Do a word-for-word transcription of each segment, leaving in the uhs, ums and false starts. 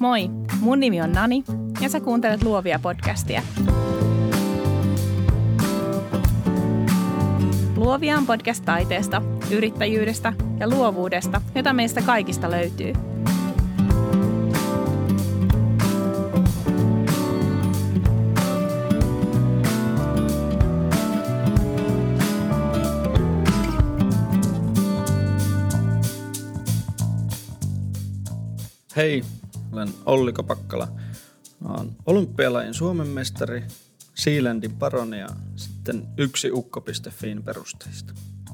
Moi, mun nimi on Nani ja sä kuuntelet Luovia podcastia. Luovia on podcast taiteesta, yrittäjyydestä ja luovuudesta, jota meistä kaikista löytyy. Hei, olen Olli Kopakkala. Olen olympialajin Suomen mestari, Sealandin paroni ja sitten yksi ukko piste fin perustajista.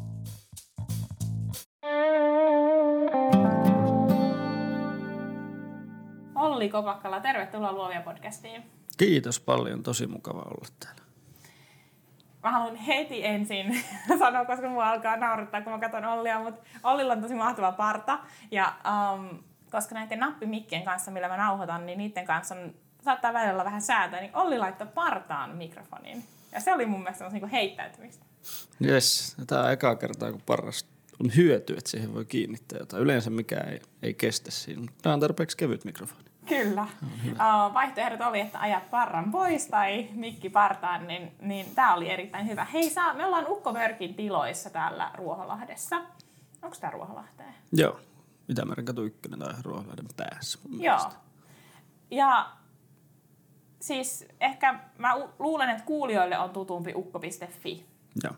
Olli Kopakkala, tervetuloa Luovia podcastiin. Kiitos paljon, tosi mukava olla täällä. Mä haluan heti ensin sanoa, koska mua alkaa naurattaa, kun mä katson Ollia, mutta Ollilla on tosi mahtava parta. Ja um, koska näiden nappimikkien kanssa, millä mä nauhoitan, niin niiden kanssa on, saattaa välillä olla vähän säätöä, niin Olli laittoi partaan mikrofonin. Ja se oli mun mielestä niin kuin heittäytymistä. Jes, tämä on ekaa kertaa, kun parrasta on hyöty, että siihen voi kiinnittää jotain. Yleensä mikään ei, ei kestä siinä. Tämä on tarpeeksi kevyt mikrofoni. Kyllä. Uh, vaihtoehdot oli, että ajat parran pois tai mikki partaan, niin, niin tämä oli erittäin hyvä. Hei, saa, me ollaan Ukko Mörkin tiloissa täällä Ruoholahdessa. Onko tämä Ruoholahteen? Joo. Itämeren katu ykkönen tai Ruoholahden päässä. Joo. Ja siis ehkä mä luulen, että kuulijoille on tutumpi ukko piste fi. Joo.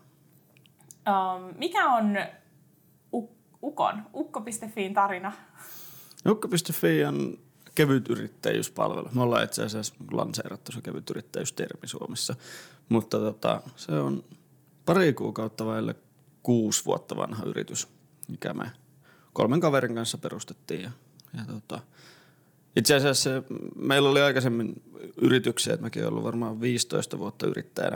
Um, mikä on u- Ukon, ukko piste fin tarina? ukko piste fi on kevyt yrittäjyyspalvelu. Me ollaan itse asiassa lanseerattu se kevyt yrittäjyystermi Suomessa. Mutta tota, se on pari kuukautta vaille kuusi vuotta vanha yritys, mikä me kolmen kaverin kanssa perustettiin. Ja, ja tota, itse asiassa se, meillä oli aikaisemmin yrityksiä, että mäkin olen ollut varmaan viisitoista vuotta yrittäjänä.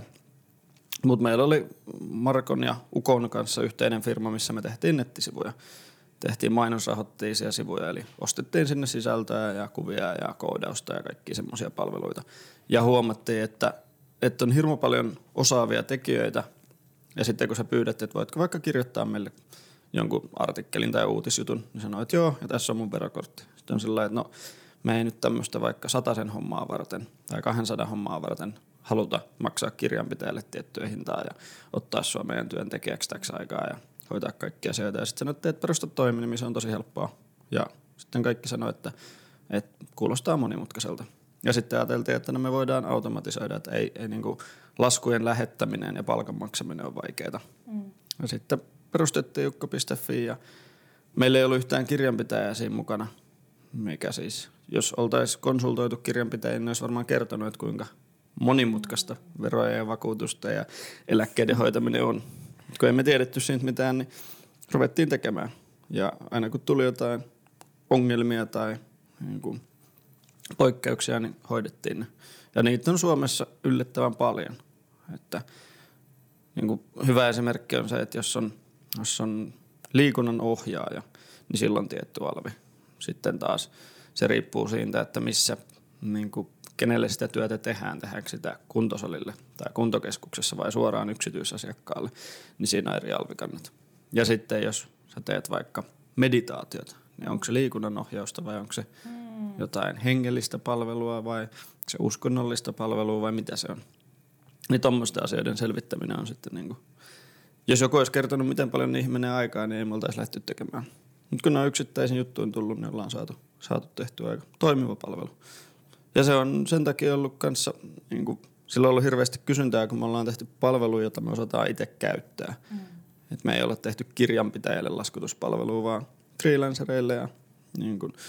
Mutta meillä oli Markon ja Ukon kanssa yhteinen firma, missä me tehtiin nettisivuja. Tehtiin mainosrahoitteisia sivuja, eli ostettiin sinne sisältöä ja kuvia ja koodausta ja kaikkia semmoisia palveluita. Ja huomattiin, että, että on hirmu paljon osaavia tekijöitä. Ja sitten kun sä pyydät, että voitko vaikka kirjoittaa meille jonkun artikkelin tai uutisjutun, niin sanoi, että joo, ja tässä on mun verokortti. Sitten on sillä että no, me ei nyt tämmöistä vaikka satasen hommaa varten tai kahdensadan hommaa varten haluta maksaa kirjanpitäjälle tiettyä hintaa ja ottaa sua meidän työntekijäksi täksi aikaa ja hoitaa kaikkia asioita. Ja sitten sanoitte, että perusta toiminimi, niin se on tosi helppoa. Ja sitten kaikki sanoi, että, että kuulostaa monimutkaiselta. Ja sitten ajateltiin, että no me voidaan automatisoida, että ei, ei niin kuin laskujen lähettäminen ja palkan maksaminen on vaikeaa. Mm. Ja sitten perustettiin ukko piste fi ja meillä ei ollut yhtään kirjanpitäjää siinä mukana, mikä siis, jos oltaisiin konsultoitu kirjanpitäjiin, niin olisi varmaan kertonut, että kuinka monimutkaista veroja ja vakuutusta ja eläkkeiden hoitaminen on. Mutta kun emme tiedetty siitä mitään, niin ruvettiin tekemään. Ja aina kun tuli jotain ongelmia tai niin kuin poikkeuksia, niin hoidettiin ne. Ja niitä on Suomessa yllättävän paljon. Että, niin kuin hyvä esimerkki on se, että jos on Jos on liikunnan ohjaaja, niin silloin tietty alvi. Sitten taas se riippuu siitä, että missä, niin kuin, kenelle sitä työtä tehdään, tehdäänkö sitä kuntosalille tai kuntokeskuksessa vai suoraan yksityisasiakkaalle, niin siinä on eri alvikannat. Ja sitten jos sä teet vaikka meditaatiota, niin onko se liikunnan ohjausta vai onko se hmm. jotain hengellistä palvelua vai se uskonnollista palvelua vai mitä se on. Niin tommoisten asioiden selvittäminen on sitten niin kuin, jos joku olisi kertonut, miten paljon niihin menee aikaa, niin ei me oltaisi lähty tekemään. Mutta kun ne on yksittäisiin juttuihin tullut, niin ollaan saatu, saatu tehtyä aika toimiva palvelu. Ja se on sen takia ollut kanssa, niin kuin, sillä on ollut hirveästi kysyntää, kun me ollaan tehty palveluja, jota me osataan itse käyttää. Mm. Et me ei olla tehty kirjanpitäjälle laskutuspalvelua, vaan freelancereille ja niin kuin,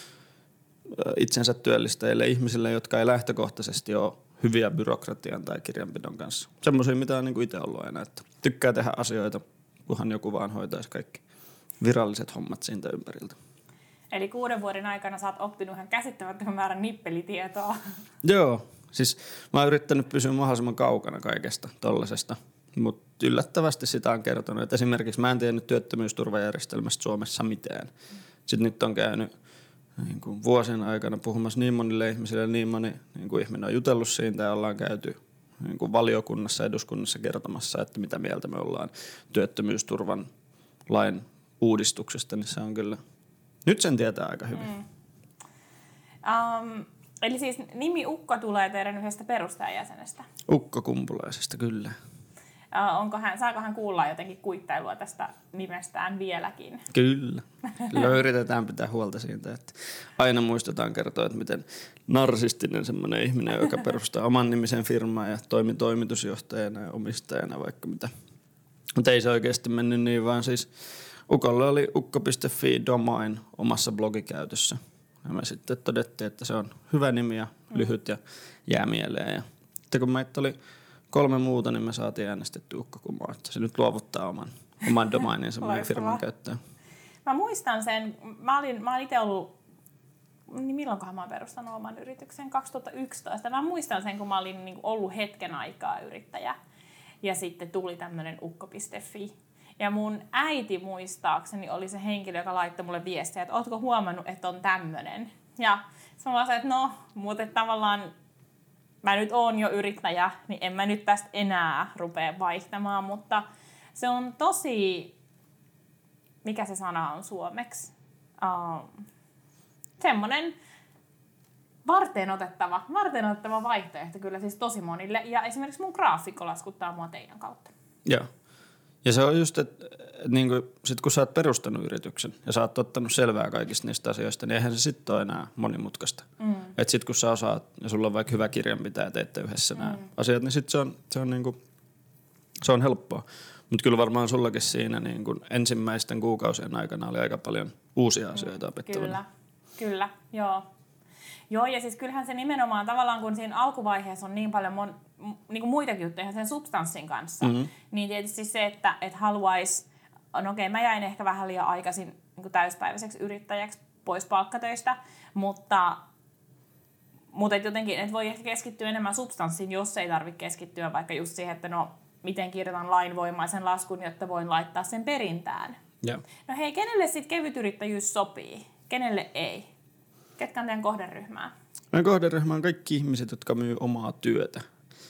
itsensä työllistäjille ihmisille, jotka ei lähtökohtaisesti ole hyviä byrokratian tai kirjanpidon kanssa. Semmoisia, mitä on niin kuin itse ollut aina, että tykkää tehdä asioita, kunhan joku vaan hoitaisi kaikki viralliset hommat siitä ympäriltä. Eli kuuden vuoden aikana sä oot oppinut ihan käsittämättömän määrän nippelitietoa. Joo, siis mä oon yrittänyt pysyä mahdollisimman kaukana kaikesta tollasesta, mutta yllättävästi sitä on kertonut, että esimerkiksi mä en tiennyt työttömyysturvajärjestelmästä Suomessa mitään. Sitten nyt on käynyt niin kuin vuosien aikana puhumassa niin monille ihmisille, niin moni niin kuin ihminen on jutellut siitä ja ollaan käyty niin kuin valiokunnassa, eduskunnassa kertomassa, että mitä mieltä me ollaan työttömyysturvan lain uudistuksesta, niin se on kyllä, nyt sen tietää aika hyvin. Mm. Um, eli siis nimi Ukko tulee teidän yhdestä perustajajäsenestä. Ukko Kumpulaisesta, kyllä. Uh, onko hän, saako hän kuulla jotenkin kuittailua tästä nimestään vieläkin? Kyllä. Kyllä yritetään pitää huolta siitä, että aina muistetaan kertoa, että miten narsistinen semmoinen ihminen, joka perustaa oman nimisen firmaa ja toimi toimitusjohtajana ja omistajana vaikka mitä. Mutta ei se oikeasti mennyt niin, vaan siis Ukolla oli ukko piste fi domain omassa blogikäytössä. Ja me sitten todettiin, että se on hyvä nimi ja lyhyt ja jää mieleen. Ja sitten kun meitä oli kolme muuta, niin me saatiin äänestetty Ukko Kumoa, että se nyt luovuttaa oman, oman domaininsa meidän firman käyttöön. Mä muistan sen, mä olin, mä olin itse ollut, niin milloinkohan mä oon perustanut oman yrityksen? kaksituhattayksitoista. Mä muistan sen, kun mä olin niin kuin ollut hetken aikaa yrittäjä. Ja sitten tuli tämmönen ukko piste fi. Ja mun äiti muistaakseni oli se henkilö, joka laittoi mulle viestiä, että ootko huomannut, että on tämmönen. Ja se mä sanoin, että no, mutta tavallaan mä nyt oon jo yrittäjä, niin en mä nyt tästä enää rupea vaihtamaan, mutta se on tosi, mikä se sana on suomeksi, um, semmonen varteenotettava, varteenotettava vaihtoehto kyllä siis tosi monille. Ja esimerkiksi mun graafikko laskuttaa mua teidän kautta. Joo. Ja se on just, että niin sit kun sä oot perustanut yrityksen ja sä oot ottanut selvää kaikista niistä asioista, niin eihän se sitten ole enää monimutkaista. Mm. Että sit kun sä osaat ja sulla on vaikka hyvä kirjanpitäjä ja teette yhdessä mm. nämä asiat, niin sit se on, se on, niinku, se on helppoa. Mutta kyllä varmaan sullakin siinä niin kun ensimmäisten kuukausien aikana oli aika paljon uusia asioita mm. opettavana. Kyllä, kyllä, joo. Joo, ja siis kyllähän se nimenomaan tavallaan, kun siinä alkuvaiheessa on niin paljon mon, niin kuin muitakin juttuja sen substanssin kanssa, mm-hmm. niin tietysti se, että et haluaisi, no okei, mä jäin ehkä vähän liian aikaisin niin kuin täyspäiväiseksi yrittäjäksi pois palkkatöistä, mutta, mutta et jotenkin et voi ehkä keskittyä enemmän substanssiin, jos ei tarvitse keskittyä vaikka just siihen, että no, miten kirjoitan lainvoimaisen laskun, jotta voin laittaa sen perintään. Yeah. No hei, kenelle sitten kevytyrittäjyys sopii? Kenelle ei? Ketkä on teidän kohderyhmää? Meidän kohderyhmä on kaikki ihmiset, jotka myy omaa työtä.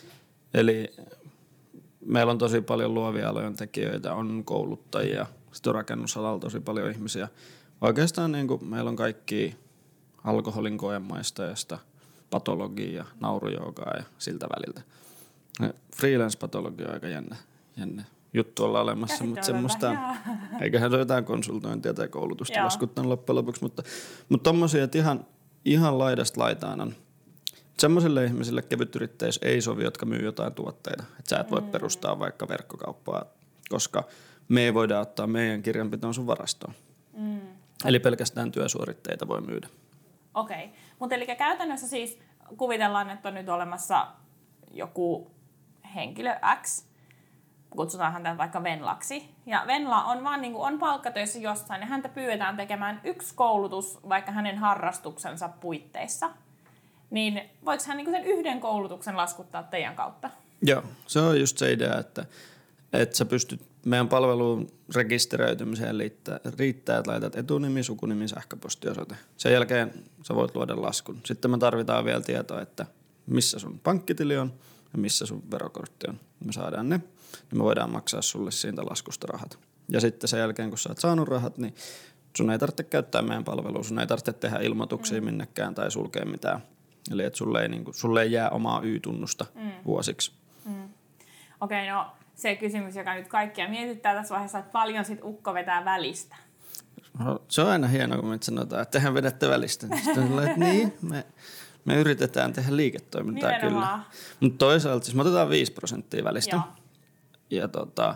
Eli meillä on tosi paljon luovia alojen tekijöitä, on kouluttajia, sitten on rakennusalalla tosi paljon ihmisiä. Oikeastaan niin kuin meillä on kaikki alkoholin koemaistajasta, patologia, naurujoogaa ja siltä väliltä. Freelance-patologia on aika jännä, jännä juttu olla olemassa, mutta semmoista on, eiköhän se ole jotain konsultointia tai koulutusta laskuttanut loppujen lopuksi, mutta, mutta tommosia, että ihan, ihan laidasta laitaan on. Semmoisille ihmisille kevytyrittäjyys ei sovi, jotka myy jotain tuotteita. Että sä et voi mm. perustaa vaikka verkkokauppaa, koska me ei voida ottaa meidän kirjanpitoon sun varastoon. Mm. Eli pelkästään työsuoritteita voi myydä. Okei, okay. Mutta eli käytännössä siis kuvitellaan, että on nyt olemassa joku henkilö X, kutsutaan häntä vaikka Venlaksi. Ja Venla on vaan niin kuin on palkkatöissä jossain ja häntä pyydetään tekemään yksi koulutus vaikka hänen harrastuksensa puitteissa. Niin voiko hän niin kuin sen yhden koulutuksen laskuttaa teidän kautta? Joo, se on just se idea, että, että sä pystyt meidän palveluun rekisteröitymiseen riittää, riittää, että laitat etunimi, sukunimi, sähköpostiosoite. Sen jälkeen sä voit luoda laskun. Sitten me tarvitaan vielä tietoa, että missä sun pankkitili on ja missä sun verokortti on. Me saadaan ne. Niin me voidaan maksaa sulle siitä laskusta rahat. Ja sitten sen jälkeen, kun sä oot saanut rahat, niin sun ei tarvitse käyttää meidän palvelua. Sun ei tarvitse tehdä ilmoituksia mm. minnekään tai sulkea mitään. Eli että sulle ei, niin kuin, sulle ei jää omaa Y-tunnusta mm. vuosiksi. Mm. Okei, okay, no se kysymys, joka nyt kaikkia mietittää tässä vaiheessa, että paljon sit ukko vetää välistä? No, se on aina hienoa, kun me sanotaan, että tehän vedätte välistä. Sitten on, että niin, me, me yritetään tehdä liiketoimintaa kyllä. Mutta toisaalta siis me otetaan viisi prosenttia välistä. Joo. Ja tota,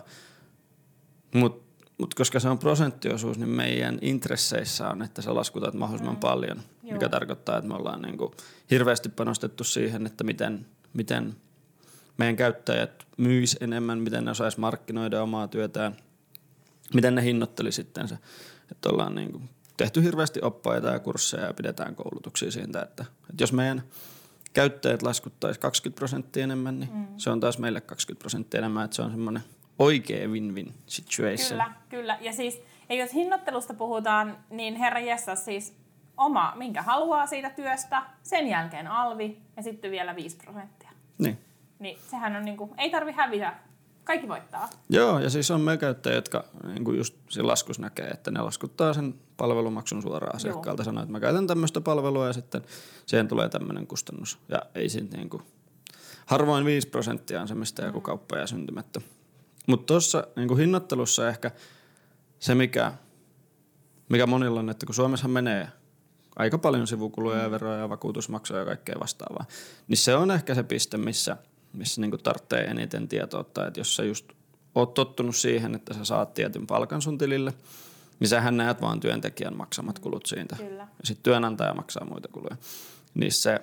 mut, mut koska se on prosenttiosuus, niin meidän intresseissä on, että sä laskutat mahdollisimman mm. paljon. Joo. Mikä tarkoittaa, että me ollaan niinku hirveästi panostettu siihen, että miten, miten meidän käyttäjät myis enemmän, miten ne osais markkinoida omaa työtään, miten ne hinnoitteli sitten se. Että ollaan niinku tehty hirveästi oppaita ja kursseja ja pidetään koulutuksia siitä, että, että jos meidän käyttäjät laskuttaisi kaksikymmentä prosenttia enemmän, niin mm. se on taas meille kaksikymmentä prosenttia enemmän, että se on semmoinen oikea win-win situation. Kyllä, kyllä. Ja siis, ja jos hinnoittelusta puhutaan, niin herra jessas siis oma, minkä haluaa siitä työstä, sen jälkeen alvi ja sitten vielä viisi prosenttia. Niin. Niin sehän on niinku, ei tarvi hävitä, kaikki voittaa. Joo, ja siis on meidän käyttäjät, jotka niinku just siinä laskussa näkee, että ne laskuttaa sen palvelumaksun suoraan asiakkaalta, sanoo, että mä käytän tämmöistä palvelua ja sitten siihen tulee tämmöinen kustannus. Ja ei siitä niin kuin, harvoin viisi prosenttia on se, mistä joku kauppa jää syntymättä. Mutta tuossa niin hinnoittelussa ehkä se, mikä, mikä monilla on, että kun Suomessa menee aika paljon sivukuluja ja veroja ja vakuutusmaksuja ja kaikkea vastaavaa, niin se on ehkä se piste, missä, missä niin tarvitsee eniten tietoa. Että jos sä just oot tottunut siihen, että sä saat tietyn palkan sun tilille, niin sähän näet vaan työntekijän maksamat kulut siitä. Kyllä. Ja sitten työnantaja maksaa muita kuluja. Niin se,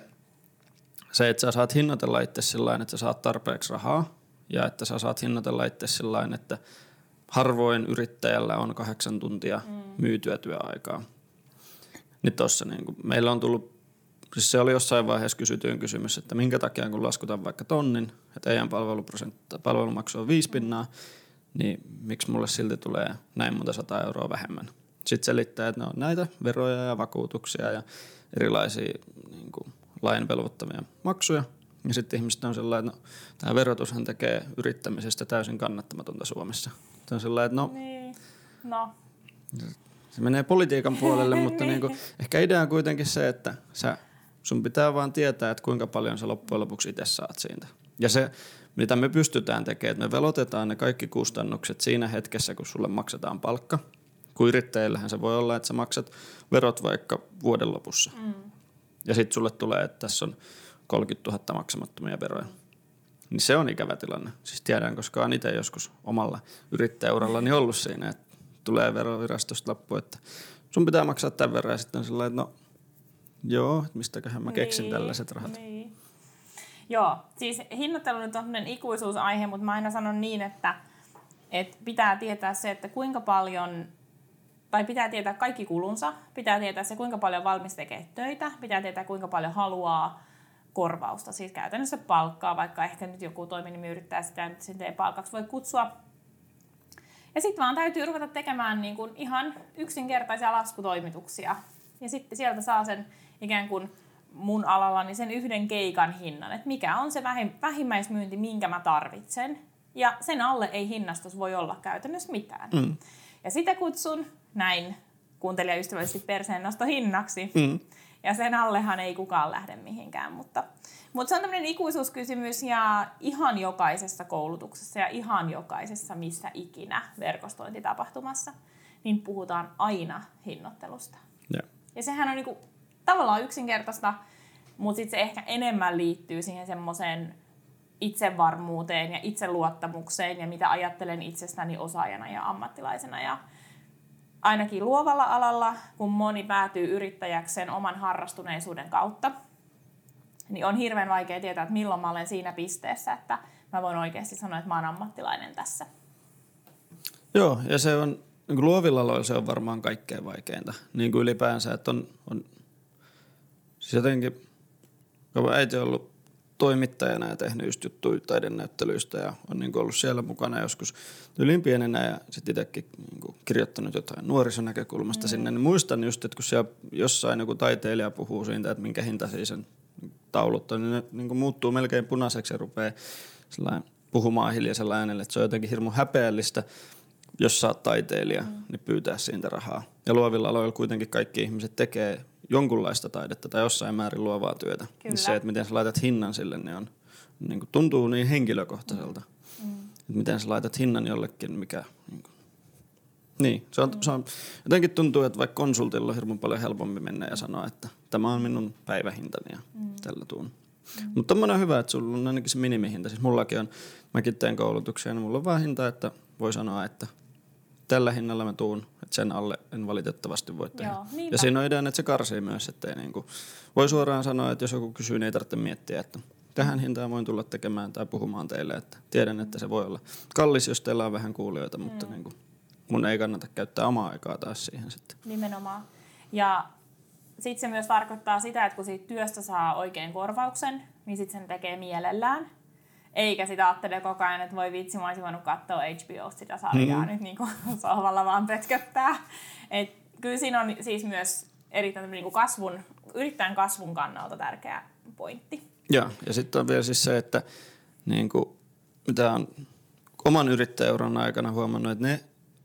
se, että sä saat hinnoitella itse sillain, että sä saat tarpeeksi rahaa ja että sä saat hinnoitella itse sillain, että harvoin yrittäjällä on kahdeksan tuntia mm. myytyä työaikaa. Niin tossa niin kuin, meillä on tullut, siis se oli jossain vaiheessa kysytyyn kysymys, että minkä takia kun laskutan vaikka tonnin, että teidän palvelumaksu on viisi pinnaa, niin miksi mulle silti tulee näin monta sata euroa vähemmän. Sitten selittää, että ne on näitä veroja ja vakuutuksia ja erilaisia niin kuin, lain velvoittamia maksuja. Ja sitten ihmiset on sellainen, että no, tämä verotushan tekee yrittämisestä täysin kannattamatonta Suomessa. Se on sellainen, että no, niin. no. se menee politiikan puolelle, mutta niin kuin, ehkä idea on kuitenkin se, että sä, sun pitää vaan tietää, että kuinka paljon sä loppujen lopuksi itse saat siitä. Ja se, mitä me pystytään tekemään, että me velotetaan ne kaikki kustannukset siinä hetkessä, kun sulle maksetaan palkka. Kun yrittäjillähän se voi olla, että sä maksat verot vaikka vuoden lopussa. Mm. Ja sitten sulle tulee, että tässä on kolmekymmentätuhatta maksamattomia veroja. Niin se on ikävä tilanne. Siis tiedän, koska olen itse joskus omalla yrittäjäurallani ollut siinä, että tulee verovirastosta lappu, että sun pitää maksaa tämän verran. Ja sitten on sellainen, että no joo, mistäköhän mä keksin niin, tällaiset rahat. Niin. Joo, siis hinnoittelu nyt on sellainen ikuisuusaihe, mutta mä aina sanon niin, että, että pitää tietää se, että kuinka paljon, tai pitää tietää kaikki kulunsa, pitää tietää se, kuinka paljon valmis tekee töitä, pitää tietää, kuinka paljon haluaa korvausta, siis käytännössä palkkaa, vaikka ehkä nyt joku toiminimi yrittää sitä, että sitä ei palkaksi voi kutsua. Ja sitten vaan täytyy ruveta tekemään niin kuin ihan yksinkertaisia laskutoimituksia. Ja sitten sieltä saa sen ikään kuin mun alallani sen yhden keikan hinnan, että mikä on se vähimmäismyynti, minkä mä tarvitsen. Ja sen alle ei hinnastus voi olla käytännössä mitään. Mm. Ja sitä kutsun näin kuuntelijaystävällisesti perseennostohinnaksi. Mm. Ja sen allehan ei kukaan lähde mihinkään, mutta, mutta se on tämmöinen ikuisuuskysymys ja ihan jokaisessa koulutuksessa ja ihan jokaisessa missä ikinä verkostointitapahtumassa, niin puhutaan aina hinnoittelusta. Yeah. Ja sehän on niinku tavallaan yksinkertaista, mutta sitten se ehkä enemmän liittyy siihen semmoiseen itsevarmuuteen ja itseluottamukseen ja mitä ajattelen itsestäni osaajana ja ammattilaisena. Ja ainakin luovalla alalla, kun moni päätyy yrittäjäksi sen oman harrastuneisuuden kautta, niin on hirveän vaikea tietää, että milloin mä olen siinä pisteessä, että mä voin oikeasti sanoa, että mä oon ammattilainen tässä. Joo, ja se on, niin kuin luovilla aloilla se on varmaan kaikkein vaikeinta. Niin kuin ylipäänsä, että on, on siis jotenkin, kun äiti on ollut toimittajana ja tehnyt just juttuja taidenäyttelyistä ja on niin kuin ollut siellä mukana joskus yliin pienenä ja sitten itsekin niin kuin kirjoittanut jotain nuorisonäkökulmasta mm. sinne, niin muistan just, että kun siellä jossain joku taiteilija puhuu siitä, että minkä hintaisia sen taulut on, niin ne niin kuin muuttuu melkein punaiseksi ja rupeaa puhumaan hiljaisella äänellä, että se on jotenkin hirmu häpeällistä, jos sä oot taiteilija, mm. niin pyytää siitä rahaa. Ja luovilla aloilla kuitenkin kaikki ihmiset tekee jonkunlaista taidetta tai jossain määrin luovaa työtä. Niin se, että miten sä laitat hinnan sille, niin, on, niin kuin, tuntuu niin henkilökohtaiselta. Mm. Että miten sä laitat hinnan jollekin, mikä... Niin, kuin, niin se, on, mm. se on, jotenkin tuntuu, että vaikka konsultilla on hirveän paljon helpommin mennä ja sanoa, että tämä on minun päivähintani ja mm. tällä tuun. Mm. Mutta tommoinen on hyvä, että sulla on ainakin se minimihinta. Siis mullakin on, mäkin teen koulutuksia, niin mulla on vaan hinta, että voi sanoa, että tällä hinnalla mä tuun, että sen alle en valitettavasti voi tehdä. Joo, ja siinä on idea, että se karsii myös, että niinku, voi suoraan sanoa, että jos joku kysyy, niin ei tarvitse miettiä, että tähän hintaan voin tulla tekemään tai puhumaan teille, että tiedän, että se voi olla kallis, jos teillä on vähän kuulijoita, mm. mutta niinku, mun ei kannata käyttää omaa aikaa taas siihen sitten. Nimenomaan. Ja sitten se myös tarkoittaa sitä, että kun siitä työstä saa oikein korvauksen, niin sitten sen tekee mielellään. Eikä sitä ajattele koko ajan, että voi vitsi, mä olisin voinut katsoa H B O:sta sitä sarjaa mm-hmm. nyt niin kuin sohvalla vaan pötköttää. Et kyllä siinä on siis myös erittäin niin kuin kasvun, yrittäjän kasvun kannalta tärkeä pointti. Joo, ja sitten on vielä siis se, että niin kuin, mitä on oman yrittäjäuran aikana huomannut, että ne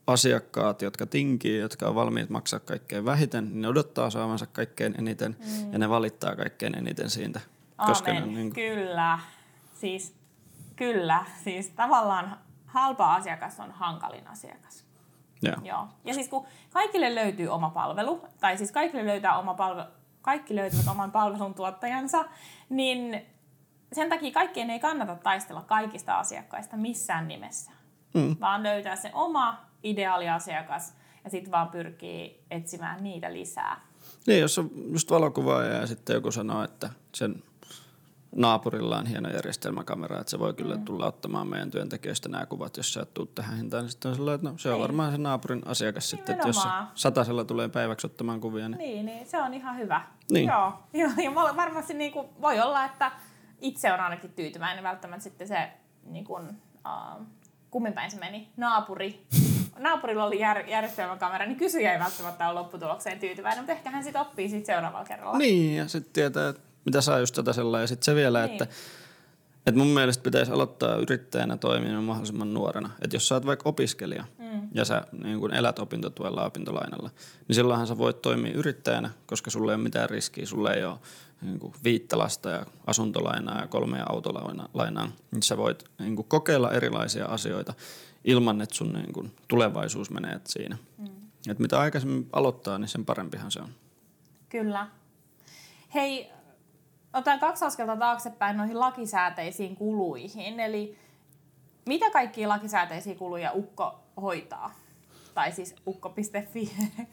asiakkaat, jotka tinkii, jotka on valmiit maksaa kaikkein vähiten, niin ne odottaa saavansa kaikkein eniten mm. ja ne valittaa kaikkein eniten siitä. Koska ne, niin kuin... Kyllä. Siis, kyllä. Siis tavallaan halpa asiakas on hankalin asiakas. Ja. Joo. Ja siis kun kaikille löytyy oma palvelu, tai siis kaikille löytää oma palvelu, kaikki löytävät oman palvelun tuottajansa, niin sen takia kaikkien ei kannata taistella kaikista asiakkaista missään nimessä, mm. vaan löytää se oma ideaaliasiakas ja sitten vaan pyrkii etsimään niitä lisää. Niin, jos on just valokuvaaja ja sitten joku sanoo, että sen naapurilla on hieno järjestelmäkamera, että se voi kyllä mm. tulla ottamaan meidän työntekijöistä nämä kuvat, jos sä tuut tähän hintaan, niin sitten on sellainen, että no, se on niin. varmaan se naapurin asiakas sitten, että jos se satasella tulee päiväksi ottamaan kuvia. Niin, niin, niin se on ihan hyvä. Niin. Joo, joo, ja varmasti niin kuin, voi olla, että itse on ainakin tyytyväinen, välttämättä sitten se, niin kuin, uh, kummin päin se meni, naapuri. Naapurilla oli jär, järjestelmäkamera, niin kysyjä ei välttämättä ole lopputulokseen tyytyväinen, mutta ehkä hän sitten oppii sit seuraavalla kerralla. Niin, ja sitten tietää, mitä saa just tätä sellainen. Ja sitten se vielä, niin. että, että mun mielestä pitäisi aloittaa yrittäjänä toimiminen mahdollisimman nuorena. Että jos sä oot vaikka opiskelija mm. ja sä niin kun elät opintotuella opintolainalla, niin silloinhan sä voit toimia yrittäjänä, koska sulla ei ole mitään riskiä. Sulla ei ole niin kuin viittä lasta ja asuntolainaa ja kolmea autolainaa. Niin sä voit niin kuin kokeilla erilaisia asioita ilman, että sun niin kuin tulevaisuus menee siinä. Mm. Että mitä aikaisemmin aloittaa, niin sen parempihan se on. Kyllä. Hei, otan kaksi askelta taaksepäin noihin lakisääteisiin kuluihin. Eli mitä kaikkia lakisääteisiä kuluja Ukko hoitaa? Tai siis ukko piste fi.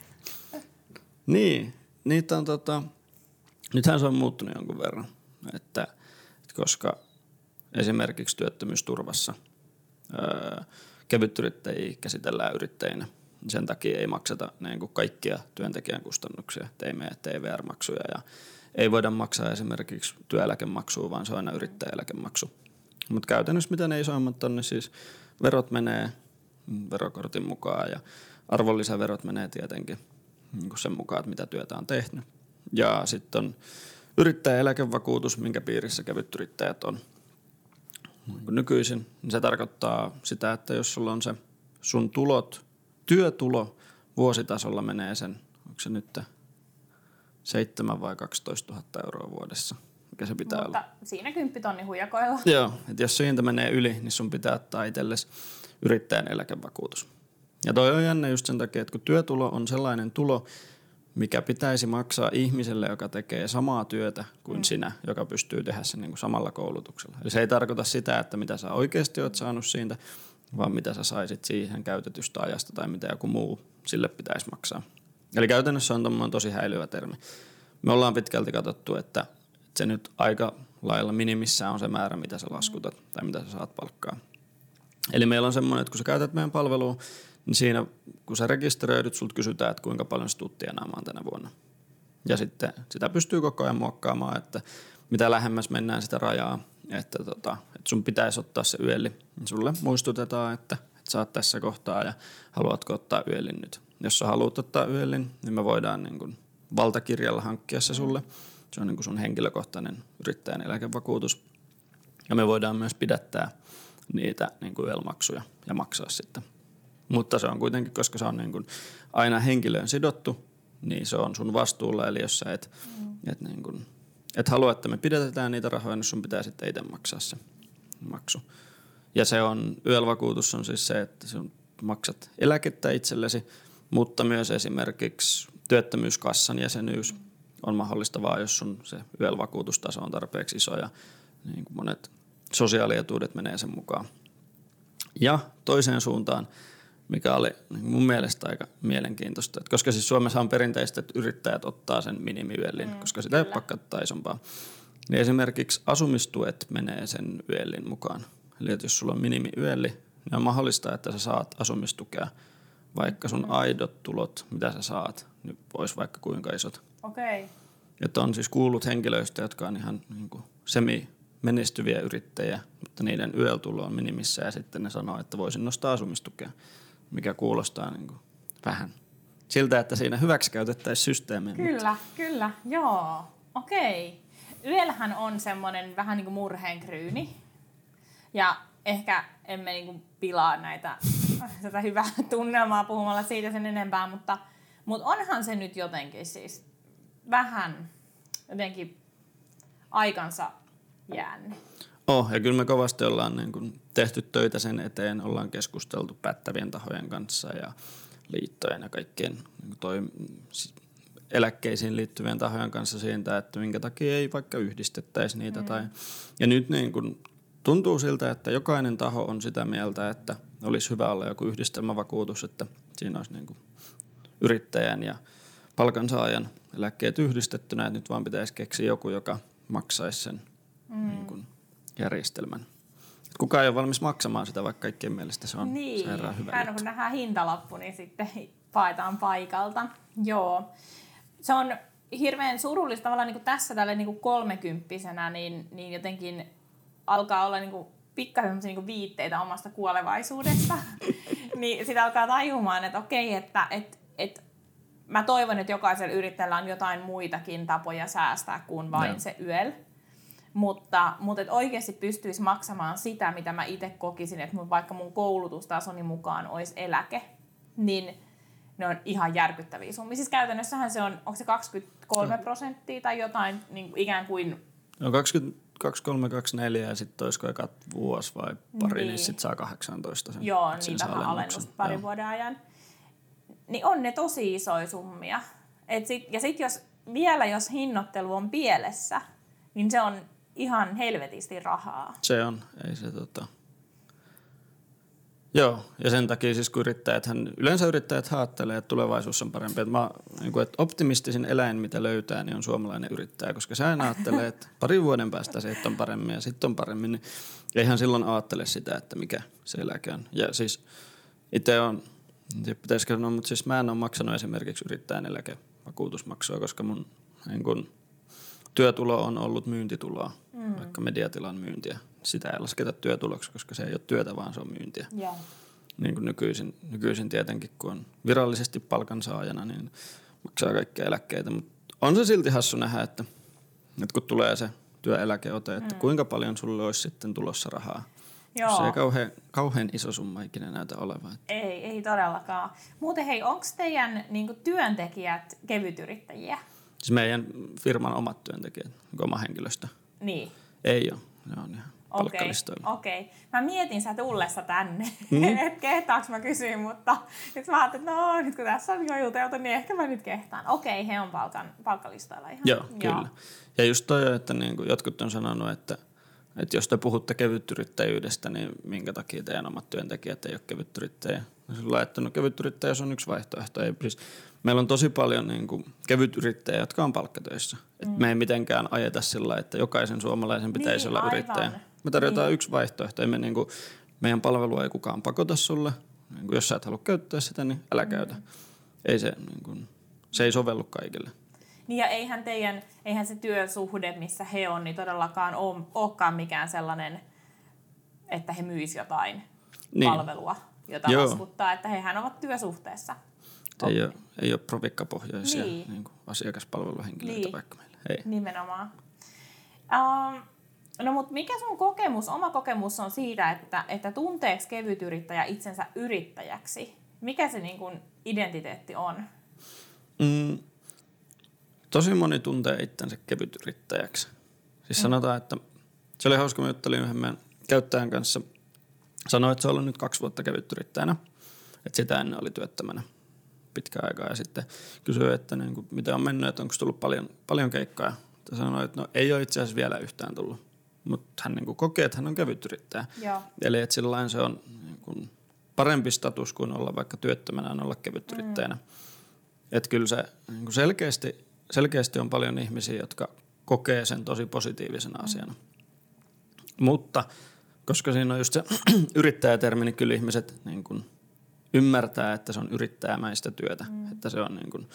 Niin, niitä on tota... Nythän se on muuttunut jonkun verran, että koska esimerkiksi työttömyysturvassa öö, kevytyrittäjiä käsitellään yrittäjinä, sen takia ei makseta niin kuin kaikkia työntekijän kustannuksia, ei mene T V R-maksuja ja ei voida maksaa esimerkiksi työeläkemaksua, vaan se on aina yrittäjäeläkemaksu. Mutta käytännössä mitä ne isommat on, niin siis verot menee verokortin mukaan ja arvonlisäverot menee tietenkin niin kuin sen mukaan, että mitä työtä on tehnyt. Ja sitten on yrittäjäeläkevakuutus, minkä piirissä kevytyrittäjät on nykyisin. Se tarkoittaa sitä, että jos sulla on se sun tulot, työtulo vuositasolla menee sen, onko se nyt seitsemän vai kaksitoista tuhatta euroa vuodessa, mikä se pitää Mutta olla. siinä kymppitonni huijakoilla. Joo, että jos siitä menee yli, niin sun pitää ottaa itsellesi yrittäjän eläkevakuutus. Ja toi on jännä just sen takia, että kun työtulo on sellainen tulo, mikä pitäisi maksaa ihmiselle, joka tekee samaa työtä kuin mm. sinä, joka pystyy tehdä sen niin kuin samalla koulutuksella. Eli se ei tarkoita sitä, että mitä sä oikeasti oot saanut siitä, vaan mitä sä saisit siihen käytetystä ajasta tai mitä joku muu sille pitäisi maksaa. Eli käytännössä on tommoinen tosi häilyvä termi. Me ollaan pitkälti katsottu, että se nyt aika lailla minimissään on se määrä, mitä sä laskutat mm. tai mitä sä saat palkkaa. Eli meillä on semmoinen, että kun sä käytät meidän palvelua, niin siinä, kun sä rekisteröidyt, sulta kysytään, että kuinka paljon sä tulet tienaamaan tänä vuonna. Ja sitten sitä pystyy koko ajan muokkaamaan, että mitä lähemmäs mennään sitä rajaa, että, tota, että sun pitäisi ottaa se yöli. Niin sulle muistutetaan, että, että sä oot tässä kohtaa ja haluatko ottaa yölin nyt. Jos sä haluat ottaa yölin, niin me voidaan niin kuin valtakirjalla hankkia se sulle. Se on niin kuin sun henkilökohtainen yrittäjän eläkevakuutus. Ja me voidaan myös pidättää niitä niin kuin yöl-maksuja ja maksaa sitten. Mutta se on kuitenkin, koska se on niin kuin aina henkilöön sidottu, niin se on sun vastuulla. Eli jos sä et, mm. et, niin kuin, et halua, että me pidätetään niitä rahoja, niin sun pitää sitten itse maksaa se maksu. Ja se on, Y E L-vakuutus on siis se, että sun maksat eläkettä itsellesi, mutta myös esimerkiksi työttömyyskassan jäsenyys on mahdollista vaan, jos sun se Y E L-vakuutustaso on tarpeeksi iso ja niin kuin monet sosiaalietuudet menee sen mukaan. Ja toiseen suuntaan, mikä oli mun mielestä aika mielenkiintoista. Et koska siis Suomessa on perinteistä, että yrittäjät ottaa sen minimiyellin, mm, koska sitä ei pakka isompaa. Niin esimerkiksi asumistuet menee sen yellin mukaan. Eli että jos sulla on minimiyelli, niin on mahdollista, että sä saat asumistukea, vaikka sun mm. aidot tulot, mitä sä saat, niin vois vaikka kuinka isot. Okei. Okay. Että on siis kuullut henkilöistä, jotka on ihan niin kuin semi-menestyviä yrittäjiä, mutta niiden Y E L-tulo on minimissä ja sitten ne sanoo, että voisin nostaa asumistukea, mikä kuulostaa niin kuin vähän siltä, että siinä hyväksikäytettäisiin systeemiä. Kyllä, mutta... kyllä, joo, okei. Y E L:hän on semmoinen vähän niin kuin murheenkryyni ja ehkä emme niin kuin pilaa näitä tätä hyvää tunnelmaa puhumalla siitä sen enempää, mutta, mutta onhan se nyt jotenkin siis vähän jotenkin aikansa jäänne. Oh, ja kyllä me kovasti ollaan niin kuin tehty töitä sen eteen, ollaan keskusteltu päättävien tahojen kanssa ja liittojen ja kaikkien niin toi, eläkkeisiin liittyvien tahojen kanssa siitä, että minkä takia ei vaikka yhdistettäisi niitä. Mm. Tai, ja nyt niin kuin tuntuu siltä, että jokainen taho on sitä mieltä, että olisi hyvä olla joku yhdistelmävakuutus, että siinä olisi niin kuin yrittäjän ja palkansaajan eläkkeet yhdistettynä, että nyt vaan pitäisi keksiä joku, joka maksaisi sen mm. niin kuin järjestelmän. Kukaan ei ole valmis maksamaan sitä, vaikka kaikkien mielestä se on niin. sairaan hyvä Aina kun nähdään hintalappu, niin sitten paetaan paikalta. Joo. Se on hirveän surullista tavallaan niin kuin tässä tälle niin kuin kolmekymppisenä, niin, niin jotenkin alkaa olla niin kuin pikkasen niin kuin viitteitä omasta kuolevaisuudesta. Niin sitä alkaa tajumaan, että okei, että et, et, mä toivon, että jokaisella yrittäjällä on jotain muitakin tapoja säästää kuin vain no. se yel. Mutta, mutta et oikeasti pystyisi maksamaan sitä, mitä mä itse kokisin, että mun, vaikka mun koulutustasoni mukaan olisi eläke, niin ne on ihan järkyttäviä summia. Siis käytännössähän se on, onko se kaksikymmentäkolme prosenttia tai jotain niin ikään kuin... No kaksikymmentäkaksi kolme kaksikymmentäneljä ja sitten olisiko eka vuosi vai pari, niin, niin sitten saa kahdeksantoista sen. Joo, niin vähän alennusta parin vuoden ajan. Niin on ne tosi isoja summia. Et sit, ja sitten jos vielä jos hinnoittelu on pielessä, niin se on ihan helvetisti rahaa. Se on, ei se tota... Joo, ja sen takia siis kun yrittäjät, hän, yleensä yrittäjät haattelee, että tulevaisuus on parempi. Että mä, niin kuin, että optimistisin eläin, mitä löytää, niin on suomalainen yrittäjä, koska sä aina ajattelee, että parin vuoden päästä se on paremmin ja sitten on paremmin, niin eihän silloin ajattele sitä, että mikä se eläke on. Ja siis itse on, pitäisikö sanoa, mutta siis mä en ole maksanut esimerkiksi yrittäjän eläkevakuutusmaksua, koska mun niin kun, työtulo on ollut myyntituloa, mm. vaikka mediatilan myyntiä. Sitä ei lasketa työtuloksi, koska se ei ole työtä, vaan se on myyntiä. Yeah. Niin kuin nykyisin, nykyisin tietenkin, kun on virallisesti palkansaajana, niin maksaa kaikkia eläkkeitä. Mutta on se silti hassu nähdä, että, että kun tulee se työeläkeote, että mm. kuinka paljon sulle olisi sitten tulossa rahaa. Joo. Se ei kauhean, kauhean iso summa ikinä näytä olevan. Että. Ei, ei todellakaan. Muuten hei, onko teidän niin kuin työntekijät kevytyrittäjiä? Siis meidän firman omat työntekijät, oma henkilöstö. Niin. Ei ole, ne on ihan palkkalistoilla. Okei, okay. Mä mietin sä tullessa tänne, mm. että kehtaanko mä kysyin, mutta nyt mä ajattelin, että no nyt kun tässä on jo juteltu, niin ehkä mä nyt kehtaan. Okei, okay, he on palkan, palkkalistoilla ihan. Joo, kyllä. Joo. Ja just toi, että niin kuin jotkut on sanonut, että, että jos te puhutte kevytyrittäjyydestä, niin minkä takia teidän omat työntekijät ei ole kevytyrittäjiä? Sillä että no kevytyrittäjyys on yksi vaihtoehto. Ei, siis meillä on tosi paljon niin kuin kevytyrittäjiä, jotka on palkkatöissä. Mm. Et me ei mitenkään ajeta sillä, että jokaisen suomalaisen pitäisi niin, olla aivan. Yrittäjä. Me tarjotaan niin. yksi vaihtoehto. Ei me, niin kuin, meidän palvelua ei kukaan pakota sulle. Niin kuin, jos sä et halua käyttää sitä, niin älä käytä. Mm. Ei se, niin kuin, se ei sovellu kaikille. Niin ja eihän, teidän, eihän se työsuhde, missä he on, niin todellakaan ole, olekaan mikään sellainen, että he myis jotain niin. palvelua, jota Joo. laskuttaa, että hehän ovat työsuhteessa. Ei ole, ei ole provikkapohjaisia niin. Niin kuin asiakaspalveluhenkilöitä niin. vaikka meillä. Ei. Nimenomaan. Um, no mutta mikä sun kokemus, oma kokemus on siitä, että, että tunteeko kevytyrittäjä itsensä yrittäjäksi? Mikä se niin kuin identiteetti on? Mm, tosi moni tuntee itsensä kevytyrittäjäksi. Siis mm. sanotaan, että se oli hauska, mä juttelin yhden meidän käyttäjän kanssa. Sanoin, että se on ollut nyt kaksi vuotta kevytyrittäjänä. Että sitä ennen oli työttömänä pitkään aikaa ja sitten kysyi, että niin kuin, miten on mennyt, että onko tullut paljon, paljon keikkaa. Ja sanoi, että no ei ole itse asiassa vielä yhtään tullut, mutta hän niin kuin kokee, että hän on kevytyrittäjä. Joo. Eli että sillain se on niin kuin parempi status kuin olla vaikka työttömänä on olla kevytyrittäjänä. Mm. Että kyllä se niin kuin selkeästi, selkeästi on paljon ihmisiä, jotka kokee sen tosi positiivisena mm. asiana. Mutta koska siinä on just se yrittäjätermi, niin kyllä ihmiset niin kuin ymmärtää, että se on yrittäjämäistä työtä, mm. että se on niin kuin,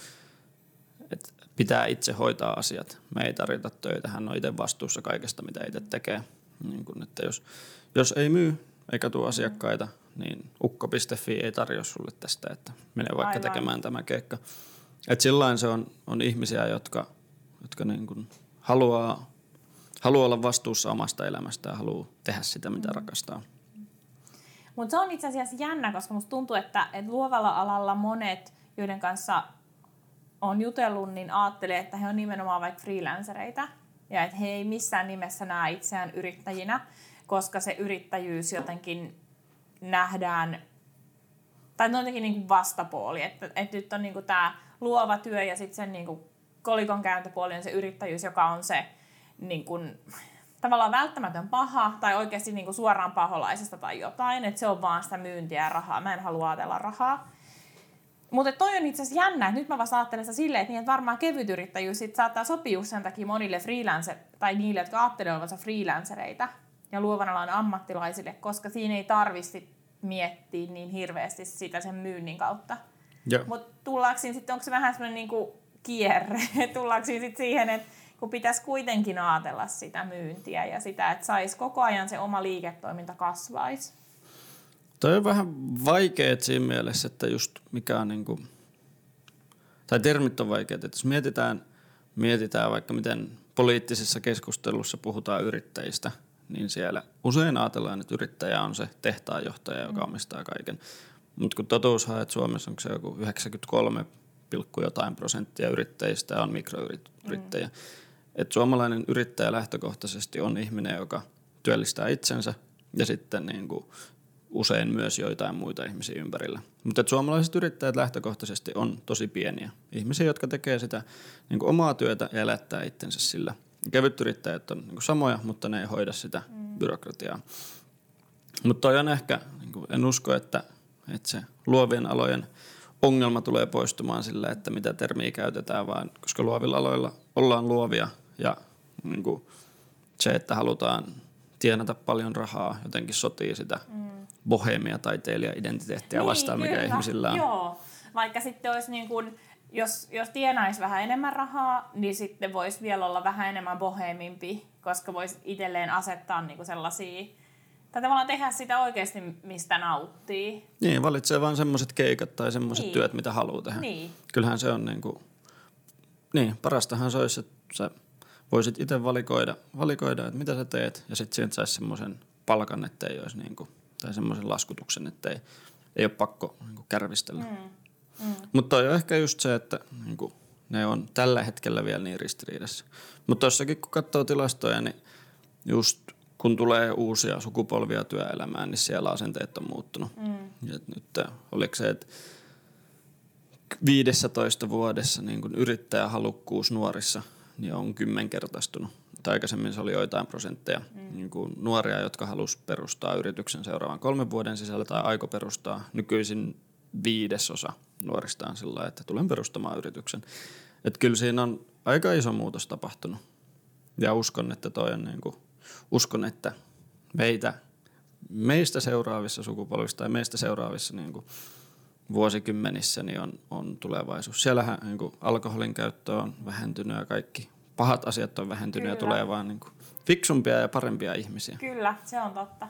että pitää itse hoitaa asiat. Me ei tarjota töitä, hän on itse vastuussa kaikesta, mitä itse tekee. Niin kuin, että jos, jos ei myy eikä tule asiakkaita, niin ukko piste fi ei tarjoa sulle tästä, että mene vaikka Aivan. tekemään tämä keikka. Että sillain se on, on ihmisiä, jotka, jotka niin kuin haluaa, haluaa olla vastuussa omasta elämästään ja haluaa tehdä sitä, mitä mm. rakastaa. Mutta se on itse asiassa jännä, koska musta tuntuu, että, että luovalla alalla monet, joiden kanssa on jutellut, niin ajattelee, että he on nimenomaan vaikka freelancereita. Ja että he ei missään nimessä näe itseään yrittäjinä, koska se yrittäjyys jotenkin nähdään, tai on jotenkin niin kuin vastapuoli. Että, että nyt on niin kuin tämä luova työ ja sitten sen niin kuin kolikon kääntöpuoli on se yrittäjyys, joka on se niin kuin, tavallaan välttämätön paha tai oikeasti niin kuin suoraan paholaisesta tai jotain. Että se on vaan sitä myyntiä ja rahaa. Mä en halua ajatella rahaa. Mutta toi on itse asiassa jännä, että nyt mä vasta ajattelen sitä silleen, että, niin, että varmaan kevytyrittäjyys sit saattaa sopia just sen takia monille freelancer, tai niille, jotka ajattelee olevansa freelancereita ja luovan alan ammattilaisille, koska siinä ei tarvitsi miettiä niin hirveästi sitä sen myynnin kautta. Mutta tullaanko siinä sitten, onko se vähän semmoinen niinku kierre, tullaanko siinä sitten siihen, että kun pitäisi kuitenkin ajatella sitä myyntiä ja sitä, että saisi koko ajan se oma liiketoiminta kasvaisi. Toi on vähän vaikeet siinä mielessä, että just mikä on niinku, tai termit on vaikeat, että jos mietitään, mietitään vaikka miten poliittisessa keskustelussa puhutaan yrittäjistä, niin siellä usein ajatellaan, että yrittäjä on se tehtaanjohtaja, joka omistaa kaiken. Mutta kun totuus on, että Suomessa on se joku yhdeksänkymmentäkolme pilkku jotain prosenttia yrittäjistä on mikroyrittäjä. Mm. Että suomalainen yrittäjä lähtökohtaisesti on ihminen, joka työllistää itsensä ja sitten niin kuin usein myös joitain muita ihmisiä ympärillä. Mutta suomalaiset yrittäjät lähtökohtaisesti on tosi pieniä. Ihmisiä, jotka tekee sitä niin kuin omaa työtä ja elättää itsensä sillä. Kevytyrittäjät on niin kuin samoja, mutta ne ei hoida sitä mm. byrokratiaa. Mutta toi on ehkä, niin kuin en usko, että, että se luovien alojen ongelma tulee poistumaan sillä, että mitä termiä käytetään, vaan koska luovilla aloilla ollaan luovia ja niin kuin se, että halutaan tienata paljon rahaa, jotenkin sotii sitä mm. bohemia taiteilija-identiteettiä vastaan, niin, mikä ihmisillä on. Joo, vaikka sitten olisi niin kuin, jos, jos tienaisi vähän enemmän rahaa, niin sitten voisi vielä olla vähän enemmän bohemimpi, koska voisi itselleen asettaa niin kuin sellaisia, tai tavallaan tehdä sitä oikeasti, mistä nauttii. Niin, valitsee vaan semmoiset keikat tai semmoiset niin. työt, mitä haluaa tehdä. Niin. Kyllähän se on niin kuin, niin, parastahan se olisi, että sä voisit itse valikoida, valikoida, että mitä sä teet, ja sitten sieltä saisi semmoisen palkan, ettei olisi niin kuin, tai semmoisen laskutuksen, ettei ei ole pakko niin kuin kärvistellä. Mm. Mm. Mutta on ehkä just se, että niin kuin, ne on tällä hetkellä vielä niin ristiriidassa. Mutta tossakin, kun katsoo tilastoja, niin just kun tulee uusia sukupolvia työelämään, niin siellä asenteet on muuttunut. Mm. Et nyt oliko se, että viidessätoista vuodessa niin kun yrittäjähalukkuus nuorissa niin on kymmenkertaistunut. Tai aikaisemmin se oli joitain prosentteja mm. niin kun nuoria, jotka halusi perustaa yrityksen seuraavan kolmen vuoden sisällä tai aiko perustaa. Nykyisin viidesosa nuorista on sillä, että tulen perustamaan yrityksen. Et kyllä siinä on aika iso muutos tapahtunut. Ja uskon, että toi on niin kuin Uskon, että meitä, meistä seuraavissa sukupolvissa tai meistä seuraavissa niin kuin vuosikymmenissä niin on, on tulevaisuus. Siellähän niin kuin alkoholin käyttö on vähentynyt ja kaikki pahat asiat on vähentynyt Kyllä. ja tulee vaan niin kuin fiksumpia ja parempia ihmisiä. Kyllä, se on totta.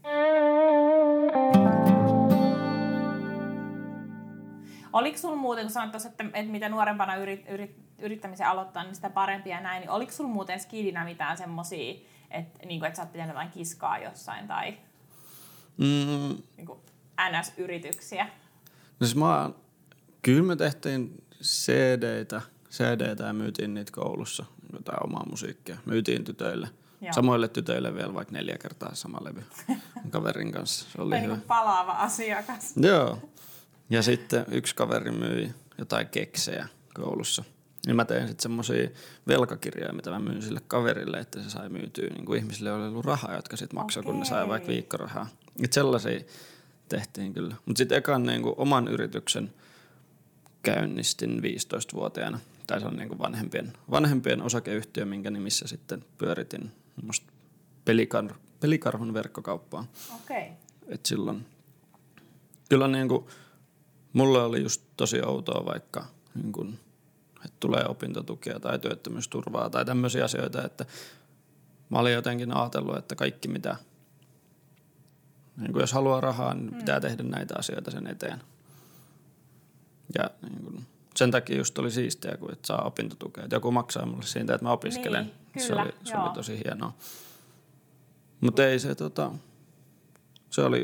Oliko sulla muuten, kun sanoit tuossa, että, että mitä nuorempana yrit, yrit, yrittämisen aloittaa, niin sitä parempia näin, niin oliko sulla muuten skidinä mitään semmosia, että, niin kuin, että sä oot pitänyt jotain kiskaa jossain tai mm. niin kuin N S-yrityksiä? No siis mä oon, kyllä me tehtiin C D:itä, C D:itä ja myytiin niitä koulussa, jotain omaa musiikkia. Myytiin tytöille. Joo. Samoille tytöille vielä vaikka neljä kertaa sama levy kaverin kanssa. Se oli hyvä. Niin palaava asiakas. Joo. Ja sitten yksi kaveri myi jotain keksejä koulussa. Niin mä tein sitten semmosia velkakirjoja, mitä mä myin sille kaverille, että se sai myytyä niin kuin ihmisille, joilla oli ollut rahaa, jotka sitten maksoi, okay. kun ne sai vaikka viikkorahaa. Et sellaisia tehtiin kyllä. Mutta sitten ekan niin kuin oman yrityksen käynnistin viisitoistavuotiaana. Tai se on niin kuin vanhempien, vanhempien osakeyhtiö, minkä nimissä sitten pyöritin pelikar- pelikarhun verkkokauppaa. Okei. Okay. Et silloin kyllä niin kuin mulle oli just tosi outoa vaikka, niin kun, että tulee opintotukea tai työttömyysturvaa tai tämmöisiä asioita, että mä olin jotenkin ajatellut, että kaikki mitä, niin kun jos haluaa rahaa, niin mm. pitää tehdä näitä asioita sen eteen. Ja niin kun, sen takia just oli siistiä, kun et saa opintotukea. Että joku maksaa mulle siitä, että mä opiskelen. Niin, se oli, se oli tosi hienoa. Mutta ei se tota, se oli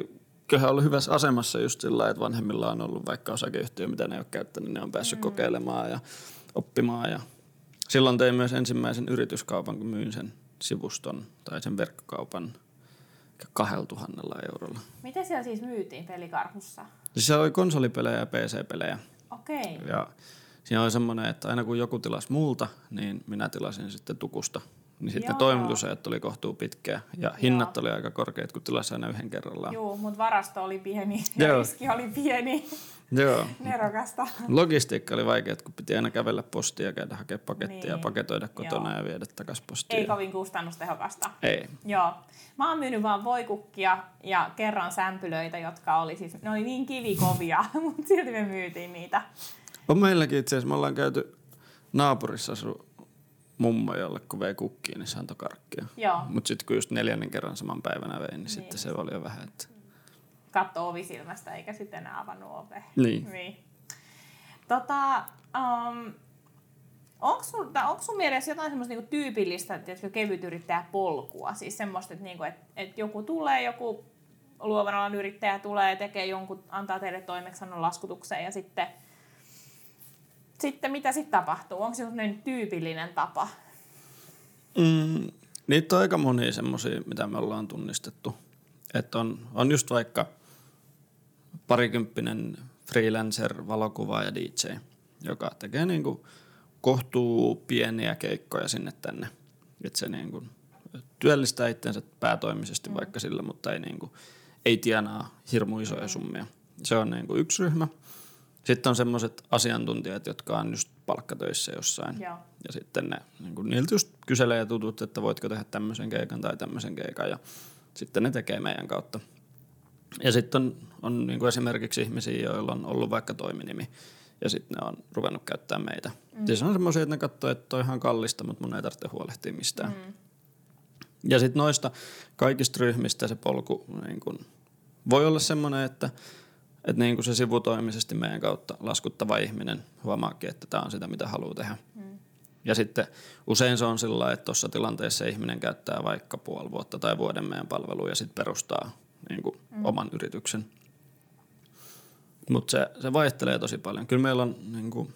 kyllä he on ollut hyvässä asemassa just sillä, että vanhemmilla on ollut vaikka osakeyhtiö, mitä ne ei ole käyttänyt, niin ne on päässyt mm. kokeilemaan ja oppimaan. Ja silloin tein myös ensimmäisen yrityskaupan, kun myin sen sivuston tai sen verkkokaupan kahdella tuhannella eurolla. Mitä siellä siis myytiin Pelikarhussa? Siis siellä oli konsolipelejä ja P C-pelejä. Okei. Okay. Ja siinä oli semmoinen, että aina kun joku tilasi multa, niin minä tilasin sitten Tukusta. Niin sitten toimitusajat oli kohtuu pitkiä ja Joo. hinnat oli aika korkeat, kun tilasi aina yhden kerrallaan. Joo, mutta varasto oli pieni ja Joo. riski oli pieni. Joo. Nerokasta. Logistiikka oli vaikea, kun piti aina kävellä postia ja käydä hakea pakettia niin. ja paketoida kotona Joo. ja viedä takaisin postiin. Ei kovin kustannustehokasta. Ei. Joo. Mä oon myynyt vaan voikukkia ja kerran sämpylöitä, jotka oli siis, ne oli niin kivikovia, mutta silti me myytiin niitä. On meilläkin itse asiassa, me ollaan käyty naapurissa asu mummo, jolle kun vei kukkiin, niin se antoi karkkia. Mutta sitten kun just neljännen kerran saman päivänä vein, niin, niin sitten se oli jo vähän, että katso ovisilmästä eikä sitten enää avannut ovea. Niin. niin. Tota, um, onko sun, sun mielestä jotain semmoista niinku tyypillistä kevytyrittäjäpolkua? Siis semmoista, että niinku, et, et joku tulee, joku luovan alan yrittäjä tulee, tekee jonkun, antaa teille toimeksiannon laskutukseen ja sitten, sitten mitä sitten tapahtuu? Onko se semmoinen tyypillinen tapa? Mm, niitä on aika monia semmoisia, mitä me ollaan tunnistettu. Että on, on just vaikka parikymppinen freelancer, valokuvaaja ja D J, joka tekee niinku kohtuu pieniä keikkoja sinne tänne. Että se niinku työllistää itsensä päätoimisesti mm. vaikka sillä, mutta ei, niinku, ei tienaa hirmu isoja summia. Se on niinku yksi ryhmä. Sitten on semmoiset asiantuntijat, jotka on just palkkatöissä jossain. Joo. Ja sitten ne, niinku, niiltä just kyselee ja tutut, että voitko tehdä tämmöisen keikan tai tämmöisen keikan. Ja sitten ne tekee meidän kautta. Ja sitten on, on niin kuin esimerkiksi ihmisiä, joilla on ollut vaikka toiminimi, ja sitten ne on ruvennut käyttämään meitä. Mm. Siis on semmoisia, että ne katsoo, että on ihan kallista, mutta mun ei tarvitse huolehtia mistään. Mm. Ja sitten noista kaikista ryhmistä se polku niin kuin, voi olla semmoinen, että, että niin kuin se sivutoimisesti meidän kautta laskuttava ihminen huomaakin, että tämä on sitä, mitä haluaa tehdä. Mm. Ja sitten usein se on sillä lailla, että tuossa tilanteessa ihminen käyttää vaikka puoli vuotta tai vuoden meidän palvelua ja sitten perustaa niin kuin mm. oman yrityksen. Mutta se, se vaihtelee tosi paljon. Kyllä meillä on, niin kuin,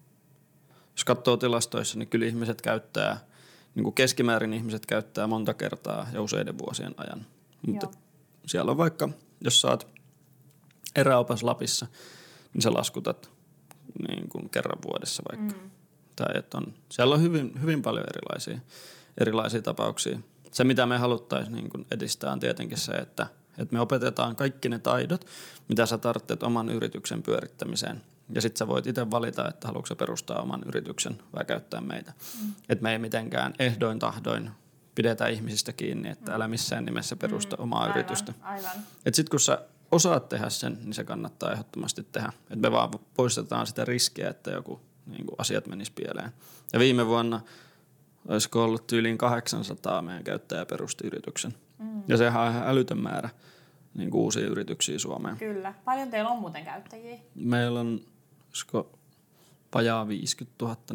jos katsoo tilastoissa, niin kyllä ihmiset käyttää, niin kuin keskimäärin ihmiset käyttää monta kertaa ja useiden vuosien ajan. Mutta siellä on vaikka, jos saat eräopas Lapissa, niin sä laskutat niin kuin kerran vuodessa vaikka. Mm. Tai että on, siellä on hyvin, hyvin paljon erilaisia, erilaisia tapauksia. Se, mitä me haluttaisiin niin kuin edistää, on tietenkin se, että, että me opetetaan kaikki ne taidot, mitä sä tarvitset oman yrityksen pyörittämiseen. Ja sit sä voit itse valita, että haluatko sä perustaa oman yrityksen vai käyttää meitä. Mm. Että me ei mitenkään ehdoin tahdoin pidetä ihmisistä kiinni, että mm. älä missään nimessä perusta mm. omaa aivan, yritystä. Aivan. Että sit kun sä osaat tehdä sen, niin se kannattaa ehdottomasti tehdä. Että me vaan poistetaan sitä riskiä, että joku niin kuin asiat menis pieleen. Ja viime vuonna olisiko ollut tyyliin kahdeksansataa meidän käyttäjää perusti yrityksen. Mm. Ja sehän on ihan älytön määrä niin kuin uusia yrityksiä Suomeen. Kyllä. Paljon teillä on muuten käyttäjiä? Meillä on olisiko vajaa viisikymmentätuhatta,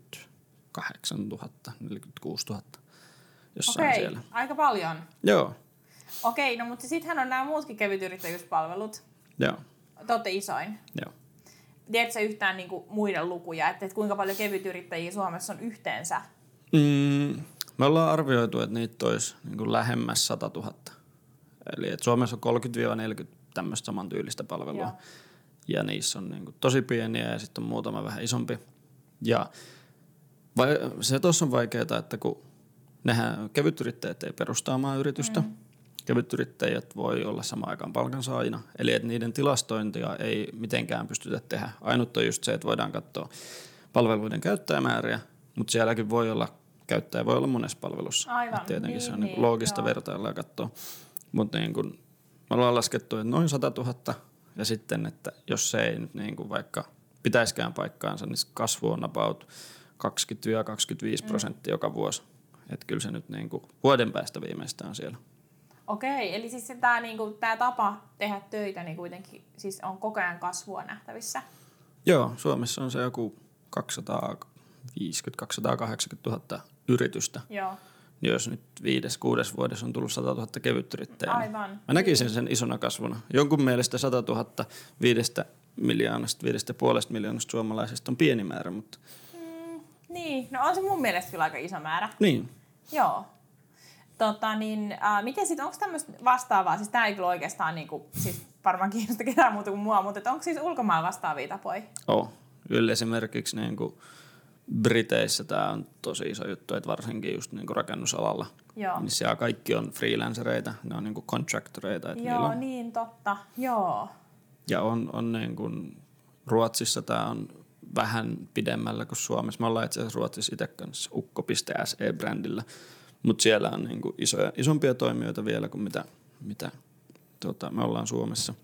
neljäkymmentäkahdeksantuhatta, neljäkymmentäkuusituhatta jossain Okei, siellä. Aika paljon. Joo. Okei, no mutta sittenhän on nämä muutkin kevytyrittäjyyspalvelut. Joo. Te olette isoin. Joo. Tiedätkö yhtään niin kuin muiden lukuja, että, että kuinka paljon kevytyrittäjiä Suomessa on yhteensä? Mm, me ollaan arvioitu, että niitä olisi niin kuin lähemmäs sata tuhatta. Eli että Suomessa on kolmekymmentä neljäkymmentä tämmöistä samantyylistä palvelua. Joo. Ja niissä on niin kuin tosi pieniä ja sitten on muutama vähän isompi. Ja vai, se tuossa on vaikeaa, että kun nehän kevytyrittäjät ei perusta omaa yritystä. Mm. Kevytyrittäjät voi olla samaan aikaan palkansaajina. Eli että niiden tilastointia ei mitenkään pystytä tehdä. Ainut on just se, että voidaan katsoa palveluiden käyttäjämääriä, mutta sielläkin voi olla, käyttäjä voi olla monessa palvelussa. Aivan. Et tietenkin niin, se on niin, loogista joo. vertailla ja katsoa. Mutta niin kun me ollaan laskettu, että noin sata tuhatta ja sitten, että jos se ei nyt niin kuin vaikka pitäiskään paikkaansa, niin kasvu on about kaksikymmentä kaksikymmentäviisi prosenttia mm. joka vuosi. Että kyllä se nyt niin kuin vuoden päästä viimeistään siellä. Okei, eli siis tämä niinku, tapa tehdä töitä niin kuitenkin siis on koko ajan kasvua nähtävissä? Joo, Suomessa on se joku kaksisataaviisikymmentä kaksisataakahdeksankymmentä tuhatta yritystä. Joo. niin jos nyt viides, kuudes vuodessa on tullut sata tuhatta kevytyrittäjää. Aivan. Mä näkisin sen isona kasvuna. Jonkun mielestä sata tuhatta viidestä miljoonasta, viidestä puolesta miljoonasta suomalaisesta on pieni määrä, mutta... Mm, niin, no on se mun mielestä kyllä aika iso määrä. Niin. Joo. Tota niin, äh, miten sitten, onko tämmöistä vastaavaa, siis tää ei kyllä oikeastaan niinku, siis varmaan kiinnosta ketään muuta kuin mua, mutta onko siis ulkomaan vastaavia tapoja? Oh. Kyllä esimerkiksi niin kuin Briteissä tämä on tosi iso juttu, että varsinkin just niin kuin rakennusalalla. Joo. Niin siellä kaikki on freelancereita, ne on niin kuin contractoreita. Että Joo, on, niin totta, joo. ja on, on niin kuin, Ruotsissa tämä on vähän pidemmällä kuin Suomessa. Me ollaan itse asiassa Ruotsissa itse kanssa ukko piste s e-brändillä, mutta siellä on niin kuin isoja, isompia toimijoita vielä kuin mitä, mitä tota, me ollaan Suomessa.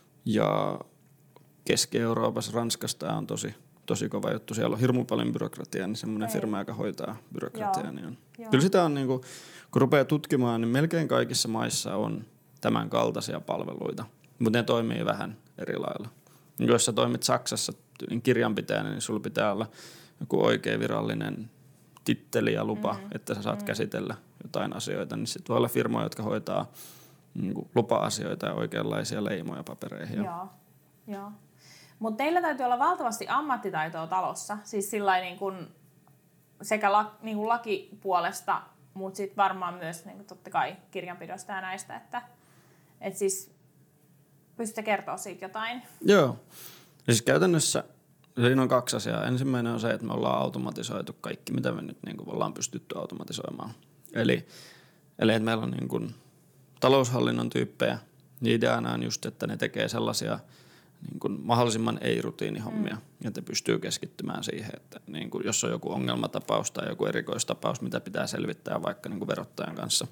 Ja Keski-Euroopassa, Ranskassa tämä on tosi, tosi kova juttu. Siellä on hirmu paljon byrokratiaa, niin semmoinen firma, joka hoitaa byrokratiaa. Niin on. Kyllä sitä on, niin kuin, kun rupeaa tutkimaan, niin melkein kaikissa maissa on tämän kaltaisia palveluita, mutta ne toimii vähän eri lailla. Niin jos sä toimit Saksassa niin kirjanpitäjänä, niin sulla pitää olla joku oikein virallinen titteli ja lupa, mm-hmm. että sä saat mm-hmm. käsitellä jotain asioita. Niin sitten voi olla firmoja, jotka hoitaa niin kuin lupa-asioita ja oikeanlaisia leimoja papereihin. Joo, joo. Mutta teillä täytyy olla valtavasti ammattitaitoa talossa, siis sillain niin kun sekä la, niin kun lakipuolesta, mutta sitten varmaan myös niin kun totta kai kirjanpidosta ja näistä, että et siis pystytte kertoa siitä jotain? Joo. Siis käytännössä siinä on kaksi asiaa. Ensimmäinen on se, että me ollaan automatisoitu kaikki, mitä me nyt niin kun ollaan pystytty automatisoimaan. Eli, eli että meillä on niin kun taloushallinnon tyyppejä, niin ideana on just, että ne tekee sellaisia niin kuin mahdollisimman ei-rutiinihommia, mm. ja te pystyy keskittymään siihen, että niin kuin jos on joku ongelmatapaus tai joku erikoistapaus, mitä pitää selvittää vaikka niin kuin verottajan kanssa.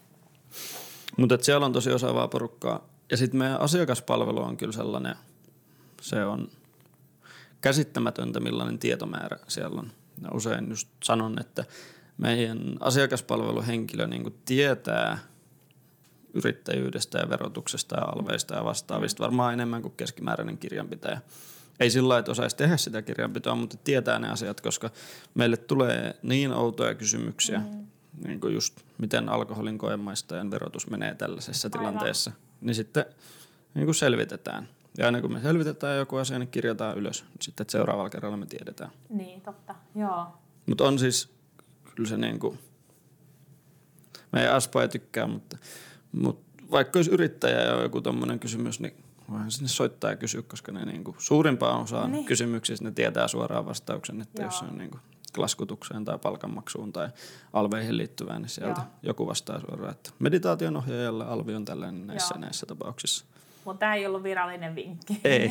Mutta siellä on tosi osaavaa porukkaa. Ja sitten meidän asiakaspalvelu on kyllä sellainen, se on käsittämätöntä, millainen tietomäärä siellä on. Ja usein just sanon, että meidän asiakaspalveluhenkilö niin kuin tietää yrittäjyydestä ja verotuksesta ja alveista ja vastaavista varmaan enemmän kuin keskimääräinen kirjanpitäjä. Ei sillä lailla, että osaisi tehdä sitä kirjanpitoa, mutta tietää ne asiat, koska meille tulee niin outoja kysymyksiä, mm. niin kuin just miten alkoholin koemaistajan verotus menee tällaisessa Aivan. tilanteessa, niin sitten niin kuin selvitetään. Ja aina kun me selvitetään joku asia, niin kirjataan ylös. Sitten seuraavalla kerralla me tiedetään. Niin, totta. Joo. Mutta on siis kyllä se niin kuin, meidän Aspa ei tykkää, mutta Mutta vaikka olisi yrittäjä ja joku tommoinen kysymys, niin voihan sinne soittaa ja kysyä, koska ne niinku suurimpaan osaan niin. kysymyksissä ne tietää suoraan vastauksen, että Joo. jos on niinku laskutukseen tai palkanmaksuun tai alveihin liittyvään, niin sieltä Joo. joku vastaa suoraan, että meditaation ohjaajalle alvi on tällainen näissä, näissä tapauksissa. Mutta tämä ei ollut virallinen vinkki. Ei.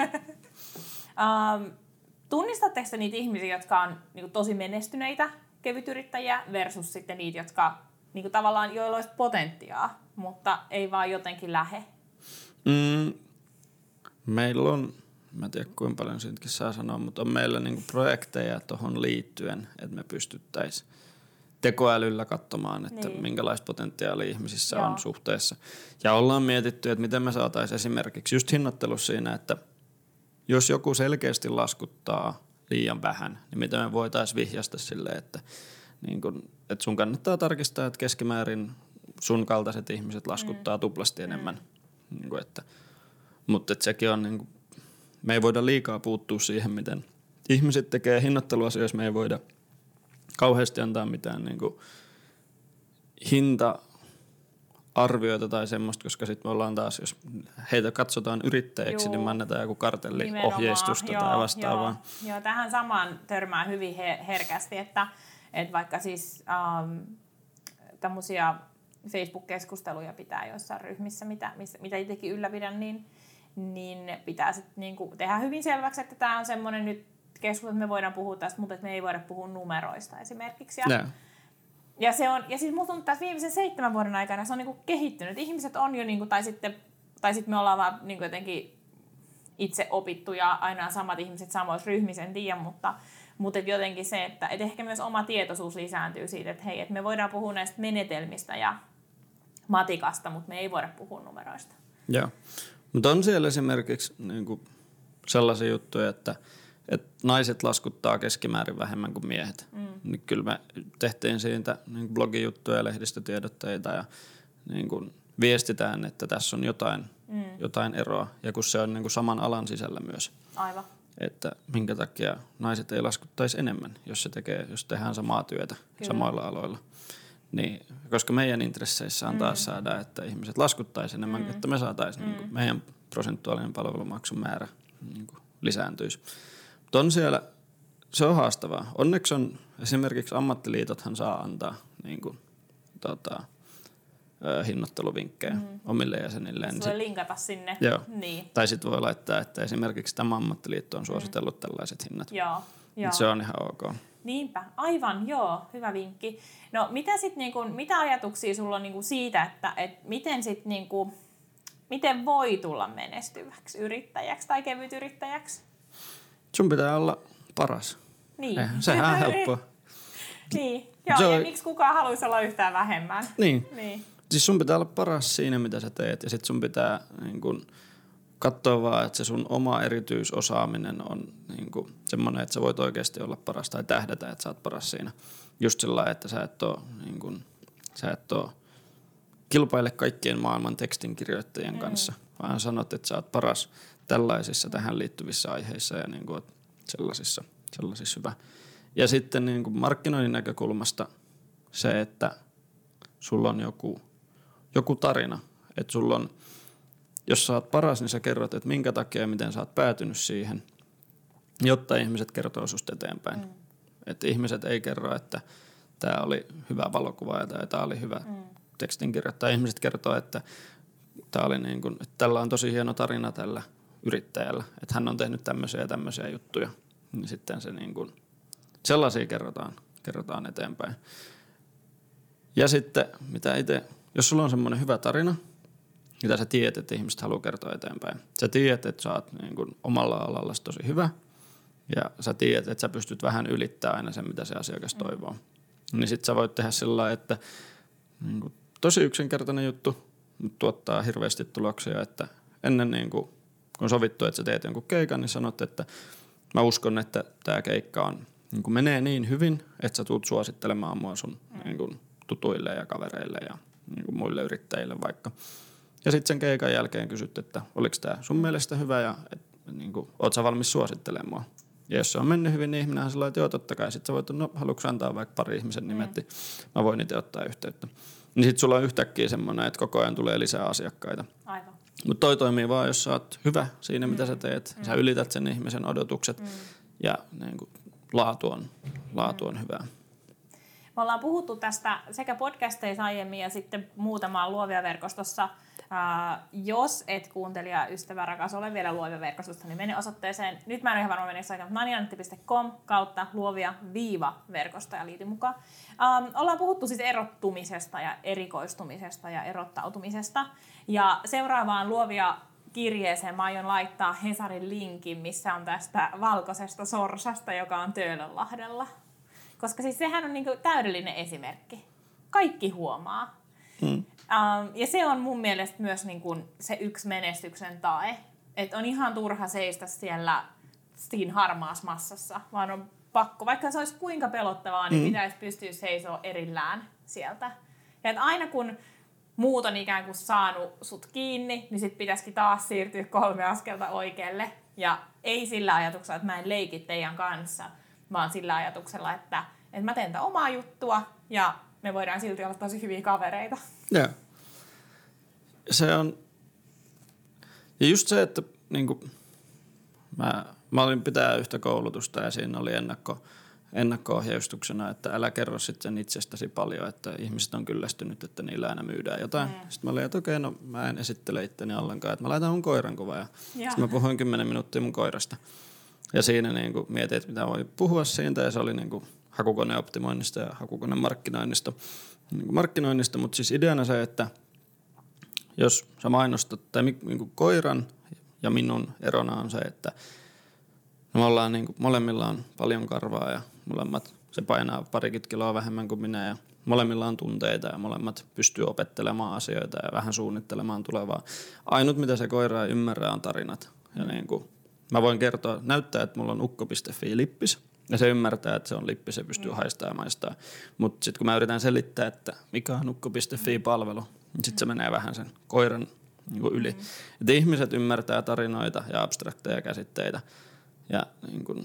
um, tunnistatteko te niitä ihmisiä, jotka on niinku tosi menestyneitä kevytyrittäjiä versus sitten niitä, jotka niinku tavallaan joilla olisi potentiaa, mutta ei vaan jotenkin lähe? Mm, meillä on, mä en tiedä kuinka paljon siitäkin saa sanoa, mutta on meillä niinku projekteja tuohon liittyen, että me pystyttäisiin tekoälyllä katsomaan, että niin. minkälaista potentiaalia ihmisissä Joo. on suhteessa. Ja ollaan mietitty, että miten me saataisiin esimerkiksi just hinnoittelussa siinä, että jos joku selkeästi laskuttaa liian vähän, niin miten me voitaisiin vihjasta silleen, että niin kun, että sun kannattaa tarkistaa, että keskimäärin sun kaltaiset ihmiset laskuttaa mm. tuplasti enemmän. Mm. Niin kun, että, mutta että sekin on, niin kun, me ei voida liikaa puuttua siihen, miten ihmiset tekee hinnoitteluasioissa. Me ei voida kauheasti antaa mitään niin kun, hinta-arvioita tai semmoista, koska sitten me ollaan taas, jos heitä katsotaan yrittäjiksi, Juu. niin me annetaan joku kartelliohjeistusta tai vastaavaa. Joo, joo, tähän samaan törmää hyvin her- herkästi, että että vaikka siis ähm, tämmöisiä Facebook-keskusteluja pitää joissain ryhmissä, mitä, missä, mitä itsekin ylläpidän, niin, niin pitää sit niinku tehdä hyvin selväksi, että tämä on semmoinen nyt keskustelu, että me voidaan puhua tästä, mutta että me ei voida puhua numeroista esimerkiksi. Ja, ja, se on, ja siis musta tuntuu, että viimeisen seitsemän vuoden aikana se on niinku kehittynyt. Ihmiset on jo, niinku, tai sitten tai sit me ollaan vaan niinku jotenkin itse opittu ja aina samat ihmiset samoissa ryhmissä, en tiedä, mutta Mutta jotenkin se, että et ehkä myös oma tietoisuus lisääntyy siitä, että hei, et me voidaan puhua näistä menetelmistä ja matikasta, mutta me ei voida puhua numeroista. Joo, mutta on siellä esimerkiksi niin kuin sellaisia juttuja, että että naiset laskuttaa keskimäärin vähemmän kuin miehet. Mm. Niin kyllä me tehtiin siitä niin blogijuttuja ja lehdistötiedotteita ja niin kuin viestitään, että tässä on jotain, mm. jotain eroa. Ja kun se on niin kuin saman alan sisällä myös. Aivan. Että minkä takia naiset ei laskuttaisi enemmän, jos se tekee, jos tehdään samaa työtä Kyllä. samoilla aloilla. Niin, koska meidän intresseissä on taas mm. saada, että ihmiset laskuttaisi enemmän, mm. että me saataisiin mm. niin kuin meidän prosentuaalinen palvelumaksun määrä niin kuin lisääntyisi. Mutta on siellä, se on haastavaa. Onneksi on esimerkiksi ammattiliitothan saa antaa niin kuin, tota, hinnoitteluvinkkejä mm. omille jäsenilleen. Se voi linkata sinne. Joo. Niin. Tai sitten voi laittaa, että esimerkiksi tämä ammattiliitto on suositellut mm. tällaiset hinnat. Joo. Joo. Se on ihan ok. Niinpä, aivan, joo, hyvä vinkki. No mitä sit niinku, mitä ajatuksia sulla on niinku siitä, että et miten sit niinku, miten voi tulla menestyväksi yrittäjäksi tai kevytyrittäjäksi? Sun pitää olla paras. Niin. Eh, sehän on helppoa. Niin, joo, Se ja on... miksi kukaan haluaisi olla yhtään vähemmän? Niin. niin. Siis sun pitää olla paras siinä, mitä sä teet, ja sit sun pitää niin kun, katsoa vaan, että se sun oma erityisosaaminen on niin kun, semmoinen, että sä voit oikeasti olla paras tai tähdätä, että sä oot paras siinä. Just sellainen, että sä et oo, niin kun, sä et oo kilpaile kaikkien maailman tekstinkirjoittajien mm. kanssa, vaan sanot, että sä oot paras tällaisissa tähän liittyvissä aiheissa ja niin kun, sellaisissa, sellaisissa hyvä. Ja sitten niin kun markkinoinnin näkökulmasta se, että sulla on joku, joku tarina, että sulla on, jos sä oot paras, niin sä kerrot, että minkä takia ja miten sä oot päätynyt siihen, jotta ihmiset kertoo susta eteenpäin. Mm. Että ihmiset ei kerro, että tää oli hyvä valokuva tai tää oli hyvä mm. tekstinkirjoittaja. Ihmiset kertoo, että, tää oli niin kun, että tällä on tosi hieno tarina tällä yrittäjällä, että hän on tehnyt tämmöisiä ja tämmöisiä juttuja. Niin sitten se niin kun, sellaisia kerrotaan, kerrotaan eteenpäin. Ja sitten, mitä itse, jos sulla on semmoinen hyvä tarina, mitä sä tiedät, että ihmiset haluaa kertoa eteenpäin. Sä tiedät, että sä oot niin kuin omalla alalla tosi hyvä, ja sä tiedät, että sä pystyt vähän ylittämään aina sen, mitä se asiakas toivoo. Mm. Niin sit sä voit tehdä sillä lailla, että niin kuin, tosi yksinkertainen juttu, mutta tuottaa hirveästi tuloksia, että ennen niin kuin, kun sovittu, että sä teet jonkun keikan, niin sanot, että mä uskon, että tää keikka on, niin kuin menee niin hyvin, että sä tulet suosittelemaan mua sun mm. niin kuin, tutuille ja kavereille ja niin kuin muille yrittäjille vaikka. Ja sitten sen keikan jälkeen kysyt, että oliko tämä sun mielestä hyvä ja et, niin kuin, oot sä valmis suosittelemaan mua. Ja jos se on mennyt hyvin, niin ihminenhän sillä että joo, totta kai. Sitten sä voit, no haluatko antaa vaikka pari ihmisen nimet, mm. mä voin itse ottaa yhteyttä. Niin sitten sulla on yhtäkkiä semmoinen, että koko ajan tulee lisää asiakkaita. Aivan. Mutta toi toimii vaan, jos sä oot hyvä siinä, mitä mm. sä teet. Mm. Sä ylität sen ihmisen odotukset mm. ja niin kuin, laatu on, laatu on mm. hyvää. Me ollaan puhuttu tästä sekä podcasteissa aiemmin ja sitten muutamaan Luovia-verkostossa. Uh, jos et kuuntelija, ystävä, rakas ole vielä Luovia-verkostosta, niin mene osoitteeseen. Nyt mä en ole ihan varma meneekö aikaan, maniantti piste com kautta luovia-verkosto ja liity mukaan. Um, ollaan puhuttu siis erottumisesta ja erikoistumisesta ja erottautumisesta. Ja seuraavaan Luovia kirjeeseen mä aion laittaa Hesarin linkin, missä on tästä valkoisesta sorsasta, joka on Töölönlahdella. Koska siis sehän on niinku täydellinen esimerkki. Kaikki huomaa. Hmm. Um, ja se on mun mielestä myös niinku se yksi menestyksen tae. Että on ihan turha seistä siellä siinä harmaassa massassa, vaan on pakko. Vaikka se olisi kuinka pelottavaa, niin hmm. pitäisi pystyä seisoa erillään sieltä. Ja että aina kun muut on ikään kuin saanut sut kiinni, niin sit pitäisikin taas siirtyä kolme askelta oikealle. Ja ei sillä ajatuksella, että mä en leiki teidän kanssa, vaan sillä ajatuksella, että, että mä teen tätä omaa juttua ja me voidaan silti olla tosi hyviä kavereita. Joo. Se on... Ja just se, että niin kuin, mä, mä olin pitää yhtä koulutusta ja siinä oli ennakko, ennakko-ohjeistuksena, että älä kerro sitten itsestäsi paljon, että ihmiset on kyllästynyt, että niillä aina myydään jotain. Mm. Sitten mä olin, että okei, no mä en esittele itteni ollenkaan, että mä laitan mun koiran kuvan. Ja sitten mä puhuin kymmenen minuuttia mun koirasta. Ja siinä niin kuin mietin, että mitä voi puhua siitä, ja se oli niin kuin hakukoneoptimoinnista ja hakukonemarkkinoinnista. Niin kuin markkinoinnista, mutta siis ideana se, että jos sä mainostat, tai niin kuin koiran ja minun erona on se, että me ollaan niin kuin, molemmilla on paljon karvaa ja molemmat, se painaa parikymmentä kiloa vähemmän kuin minä ja molemmilla on tunteita ja molemmat pystyy opettelemaan asioita ja vähän suunnittelemaan tulevaa. Ainut mitä se koira ei ymmärrä on tarinat ja niin kuin, mä voin kertoa, näyttää, että mulla on ukko piste fi-lippis. Ja se ymmärtää, että se on lippis, se pystyy mm. haistamaan ja maistaa. Mutta sitten kun mä yritän selittää, että mikä on ukko piste fi-palvelu, niin sitten se menee vähän sen koiran niin kuin yli. Mm. Että ihmiset ymmärtää tarinoita ja abstrakteja käsitteitä. Ja niin kuin,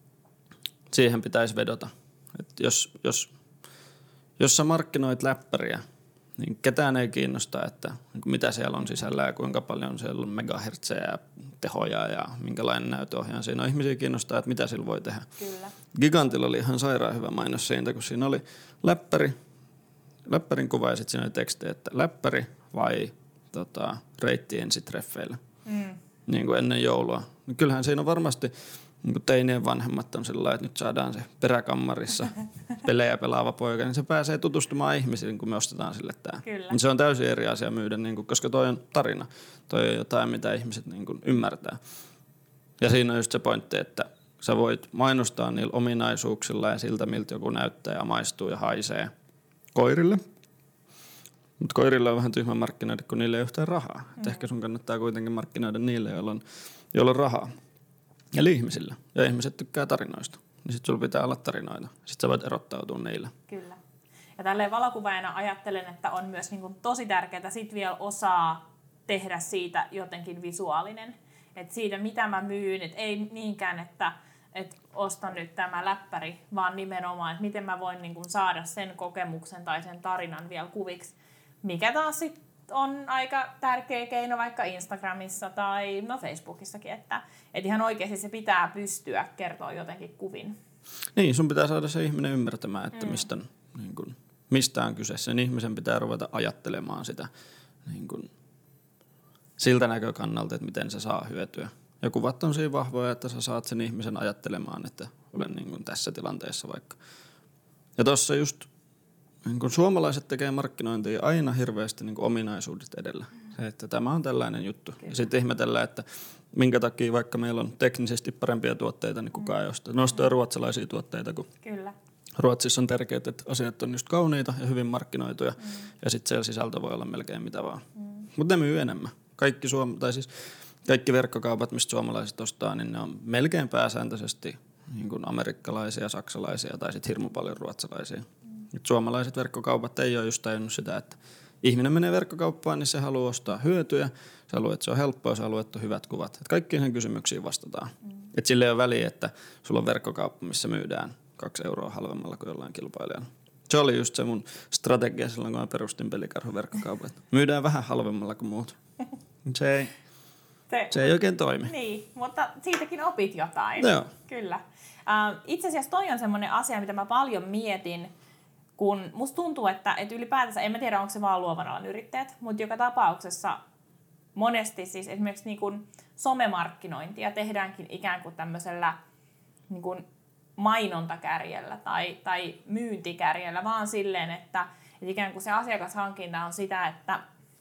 siihen pitäisi vedota. Et jos, jos, jos sä markkinoit läppäriä, niin ketään ei kiinnosta, että niin kuin mitä siellä on sisällä ja kuinka paljon siellä on megahertsejä ja tehoja ja minkälainen näytöohjaaja siinä on. Ihmisiä kiinnostaa, että mitä sillä voi tehdä. Kyllä. Gigantilla oli ihan sairaan hyvä mainos siitä, kun siinä oli läppäri, läppärin kuva ja sitten siinä oli teksti, että läppäri vai tota, reitti ensitreffeillä. Mm. Niin kuin ennen joulua. Niin kyllähän siinä on varmasti niin teinien vanhemmat on sillä lailla, että nyt saadaan se peräkammarissa pelejä pelaava poika, niin se pääsee tutustumaan ihmisiin, kun me ostetaan sille tämä. Niin se on täysin eri asia myydä, niin kuin, koska toi on tarina. Toi on jotain, mitä ihmiset niin kuin ymmärtää. Ja siinä on just se pointti, että sä voit mainostaa niillä ominaisuuksilla ja siltä, miltä joku näyttää ja maistuu ja haisee koirille. Mutta koirille on vähän tyhmä markkinoida, kun niille ei ole yhtään rahaa. Mm. Et ehkä sun kannattaa kuitenkin markkinoida niille, joilla on, joilla on rahaa. Eli ihmisillä. Ja ihmiset tykkää tarinoista. Niin sit sulla pitää olla tarinoita. Sit sä voit erottautua niillä. Kyllä. Ja tälleen valokuvaajana ajattelen, että on myös niin kuin tosi tärkeää sit vielä osaa tehdä siitä jotenkin visuaalinen. Että siitä mitä mä myyn, että ei niinkään, että et ostan nyt tämä läppäri, vaan nimenomaan, että miten mä voin niin kuin saada sen kokemuksen tai sen tarinan vielä kuviksi. Mikä taas sit on aika tärkeä keino vaikka Instagramissa tai no Facebookissakin, että et ihan oikeasti se pitää pystyä kertoa jotenkin kuvin. Niin, sun pitää saada se ihminen ymmärtämään, että mm. mistä, niin kun, mistä on kyse. Sen ihmisen pitää ruveta ajattelemaan sitä niin kun, siltä näkökannalta, että miten se saa hyötyä. Ja kuvat on siinä vahvoja, että sä saat sen ihmisen ajattelemaan, että olen niin kun tässä tilanteessa vaikka. Ja tossa just niin kun suomalaiset tekee markkinointia aina hirveästi niin kun ominaisuudet edellä. Se, että tämä on tällainen juttu. Kyllä. Ja sitten ihmetellään, että minkä takia vaikka meillä on teknisesti parempia tuotteita, niin kukaan ei osta. Nostaa ruotsalaisia tuotteita, kun Kyllä. Ruotsissa on tärkeää, että asiat on just kauniita ja hyvin markkinoituja. Mm. Ja sitten siellä sisältö voi olla melkein mitä vaan. Mm. Mutta ne myy enemmän. Kaikki, suom- tai siis kaikki verkkokaupat, mistä suomalaiset ostaa, niin ne on melkein pääsääntöisesti niin kuin amerikkalaisia, saksalaisia tai sitten hirmu paljon ruotsalaisia. Nyt suomalaiset verkkokaupat ei ole just tajunnut sitä, että ihminen menee verkkokauppaan, niin se haluaa ostaa hyötyjä, se haluaa, että se on helppoa, se haluaa, että on hyvät kuvat. Että kaikkiin sen kysymyksiin vastataan. Mm. Että sillä ei ole väliä, että sulla on verkkokauppa, missä myydään kaksi euroa halvemmalla kuin jollain kilpailijalla. Se oli just se mun strategia silloin, kun mä perustin Pelikarhun verkkokaupan. Myydään vähän halvemmalla kuin muut. Se ei, se, se ei oikein toimi. Niin, mutta siitäkin opit jotain. Joo. Kyllä. Uh, itse asiassa toi on semmoinen asia, mitä mä paljon mietin, kun musta tuntuu, että, että ylipäätänsä, en mä tiedä, onko se vaan luovan alan yrittäjät, mutta joka tapauksessa monesti siis esimerkiksi niin kuin somemarkkinointia tehdäänkin ikään kuin tämmöisellä niin kuin mainontakärjellä tai, tai myyntikärjellä, vaan silleen, että, että ikään kuin se asiakashankinta on sitä, että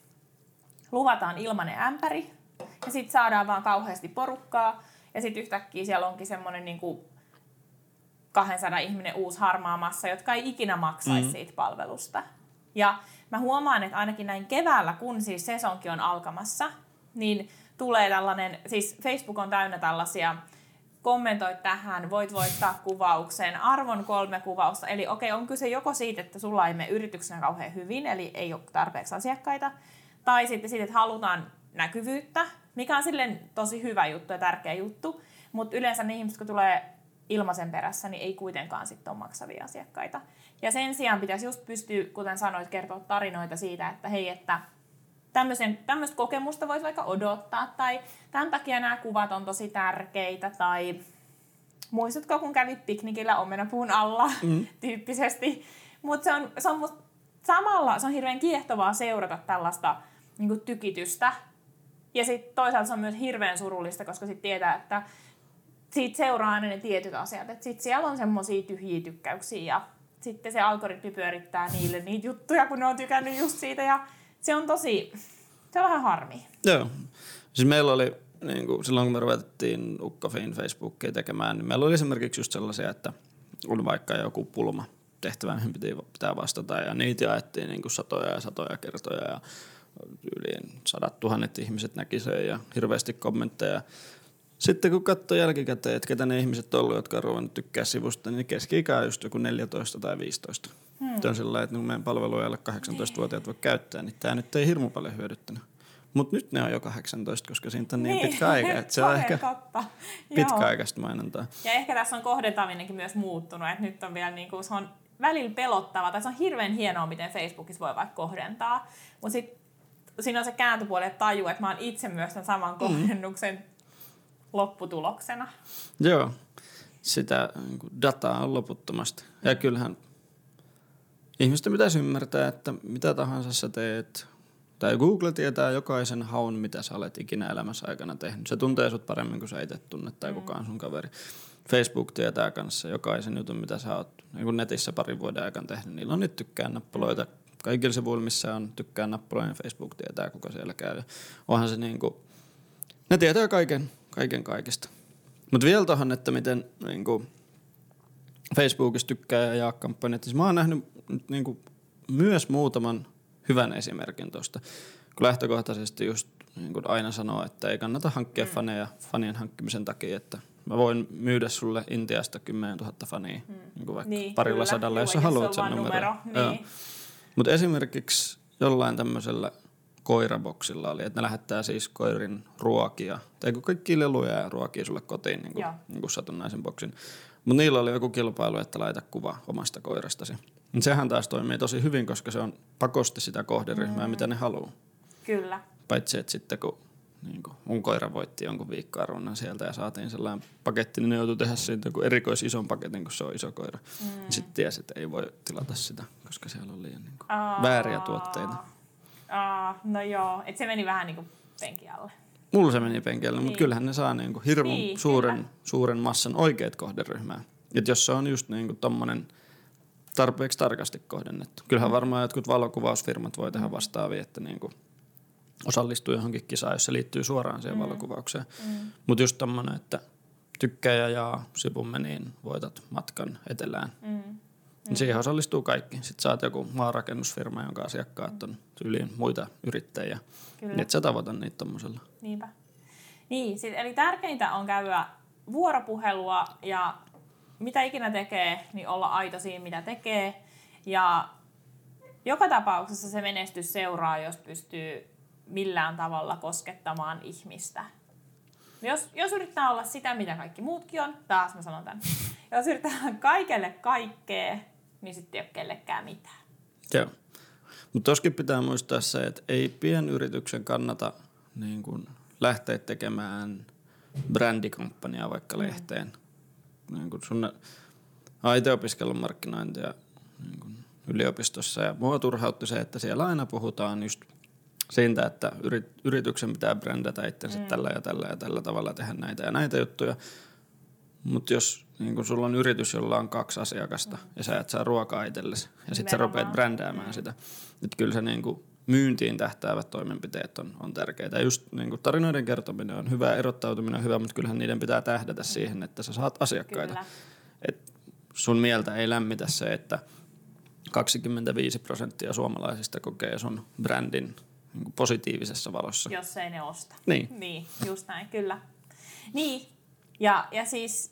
luvataan ilmanen ämpäri ja sitten saadaan vaan kauheasti porukkaa ja sitten yhtäkkiä siellä onkin semmoinen niin kuin kaksisataa ihminen uusi harmaa massa, jotka ei ikinä maksaisi mm. siitä palvelusta. Ja mä huomaan, että ainakin näin keväällä, kun siis sesonki on alkamassa, niin tulee tällainen, siis Facebook on täynnä tällaisia, kommentoi tähän, voit voittaa kuvauksen, arvon kolme kuvausta. Eli okei, okay, on kyse joko siitä, että sulla ei mene yrityksenä kauhean hyvin, eli ei ole tarpeeksi asiakkaita, tai sitten siitä, että halutaan näkyvyyttä, mikä on silleen tosi hyvä juttu ja tärkeä juttu, mutta yleensä ne ihmiset, kun tulee ilmaisen perässä, niin ei kuitenkaan sitten ole maksavia asiakkaita. Ja sen sijaan pitäisi just pystyä, kuten sanoit, kertoa tarinoita siitä, että hei, että tämmöistä kokemusta voisi vaikka odottaa, tai tämän takia nämä kuvat on tosi tärkeitä, tai muistatko, kun kävit piknikillä omenapuun alla, mm. tyyppisesti. Mutta se on, se on musta samalla, se on hirveän kiehtovaa seurata tällaista niin kuin tykitystä, ja sitten toisaalta se on myös hirveän surullista, koska sitten tietää, että siitä seuraa aina ne tietyt asiat. Että sitten siellä on semmoisia tyhjiä tykkäyksiä ja sitten se algoritmi pyörittää niille niitä juttuja, kun ne on tykännyt just siitä. Ja se on tosi, se on vähän harmi. Joo. Siis meillä oli, niin kuin silloin kun me ruvettiin Ukkofiin Facebookia tekemään, niin meillä oli esimerkiksi just sellaisia, että on vaikka joku pulma tehtävä, mihin pitää vastata. Ja niitä jaettiin niin kuin satoja ja satoja kertoja ja yli sadat tuhannet ihmiset näki sen ja hirveästi kommentteja. sitten kun katsoo jälkikäteen, että ketä ne ihmiset on ollut, jotka on ruvennut tykkää sivusta, niin keski-ikä on just joku neljätoista tai viisitoista. Hmm. Se on sellainen, että kun meidän palveluja alle kahdeksantoistavuotiaat voi käyttää, niin tämä nyt ei hirmu paljon hyödyttänyt. Mutta nyt ne on jo kahdeksantoista, koska siitä on niin, niin pitkä aika, että se on ehkä totta. pitkäaikaista mainontaa. Ja ehkä tässä on kohdentaminenkin myös muuttunut, että nyt on vielä niin kuin, se on välillä pelottavaa, tai se on hirveän hienoa, miten Facebookissa voi vaikka kohdentaa, mutta sitten siinä on se kääntöpuoli, että tajuu, että mä oon itse myös tämän saman kohdennuksen mm. lopputuloksena. Joo, sitä niin dataa on loputtomasti. Ja kyllähän ihmisten pitäisi ymmärtää, että mitä tahansa sä teet, tai Google tietää jokaisen haun, mitä sä olet ikinä elämässä aikana tehnyt. Se tuntee sut paremmin kuin sä itse tunnet tai mm. kukaan sun kaveri. Facebook tietää kanssa jokaisen jutun, mitä sä oot niin netissä parin vuoden aikana tehnyt. Niillä on niitä tykkään-nappuloita. Kaikilla sivuilla, missä on tykkään-nappuloja, niin Facebook tietää, kuka siellä käy. Onhan se niin kuin, ne tietää kaiken, kaiken kaikesta. Mutta vielä tohon, että miten niin kuin Facebookissa tykkää ja jaa kampanjat. Siis mä oon nähnyt niin kuin myös muutaman hyvän esimerkin tuosta. Kun lähtökohtaisesti just niin kuin aina sanoo, että ei kannata hankkia mm. faneja fanien hankkimisen takia, että mä voin myydä sulle Intiasta kymmenen tuhatta fania, mm. niin kuin vaikka niin, parilla kyllä, sadalla, jos sä haluat sen numeron. Numero. Niin. Mutta esimerkiksi jollain tämmöisellä koiraboksilla oli, että ne lähettää siis koirin ruokia, tai kaikki leluja ja ruokia sulle kotiin, niin kuin, niin kuin satunnaisen boksin. Mutta niillä oli joku kilpailu, että laita kuva omasta koirastasi. Niin sehän taas toimii tosi hyvin, koska se on pakosti sitä kohderyhmää, mm. mitä ne haluaa. Kyllä. Paitsi, että sitten kun niin kuin mun koira voitti jonkun viikkoarvonnan sieltä ja saatiin sellainen paketti, niin ne joutui tehdä siitä joku erikoisison paketin, kun se on iso koira. Mm. Sitten tiesi, että ei voi tilata sitä, koska siellä on liian niin kuin Aa, vääriä tuotteita. Aa, no joo, että se meni vähän niin kuin penkin alle. Mulla se meni penkin alle, niin. Mutta kyllähän ne saa niin kuin hirveän niin, suuren, suuren massan oikeat kohderyhmää. Että jos se on just niin kuin tommonen tarpeeksi tarkasti kohdennettu. Kyllähän varmaan jotkut valokuvausfirmat voi tehdä vastaavia, että niin kuin osallistuu johonkin kisaan, jos se liittyy suoraan siihen mm. valokuvaukseen. Mm. Mutta just tommonen, että tykkää ja jaa sivumme, niin voitat matkan etelään. Mm. Niin siihen osallistuu kaikki. Sitten saat joku maarakennusfirma, jonka asiakkaat on tyyliin muita yrittäjiä. Niin et sä tavoita niitä tommosella. Niinpä. Niin, sit, eli tärkeintä on käydä vuoropuhelua ja mitä ikinä tekee, niin olla aito siinä, mitä tekee. Ja joka tapauksessa se menestys seuraa, jos pystyy millään tavalla koskettamaan ihmistä. Jos, jos yrittää olla sitä, mitä kaikki muutkin on, taas mä sanon tämän. Jos yrittää kaikelle kaikkea, niin sitten ei ole kellekään mitään. Joo. Mutta toskin pitää muistaa se, että ei pienyrityksen kannata niin kun lähteä tekemään brändikampanjaa vaikka lehteen. Mm. Niin kun sun on itse opiskellut markkinointia niin kun yliopistossa ja mua turhautti se, että siellä aina puhutaan just siitä, että yrityksen pitää brändätä itsensä mm. tällä ja tällä ja tällä tavalla tehdä näitä ja näitä juttuja. Mutta jos niin kun sulla on yritys, jolla on kaksi asiakasta mm. ja sä et saa ruokaa itsellesi ja sit sä rupeat brändäämään mm. sitä, että kyllä se niin kun myyntiin tähtäävät toimenpiteet on, on tärkeitä. Ja just niin kun tarinoiden kertominen on hyvä, erottautuminen on hyvä, mutta kyllähän niiden pitää tähdätä mm. siihen, että sä saat asiakkaita. Et sun mieltä ei lämmitä se, että kaksikymmentäviisi prosenttia suomalaisista kokee sun brändin niin positiivisessa valossa. Jos ei ne osta. Niin. Niin, just näin, kyllä. Niin, ja, ja siis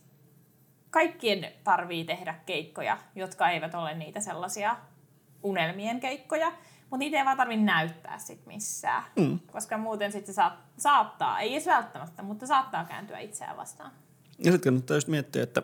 kaikkien tarvii tehdä keikkoja, jotka eivät ole niitä sellaisia unelmien keikkoja, mutta niitä ei vaan tarvitse näyttää sit missään. Mm. Koska muuten sitten se saat, saattaa, ei edes välttämättä, mutta saattaa kääntyä itseään vastaan. Ja sitten kannattaa just miettiä, että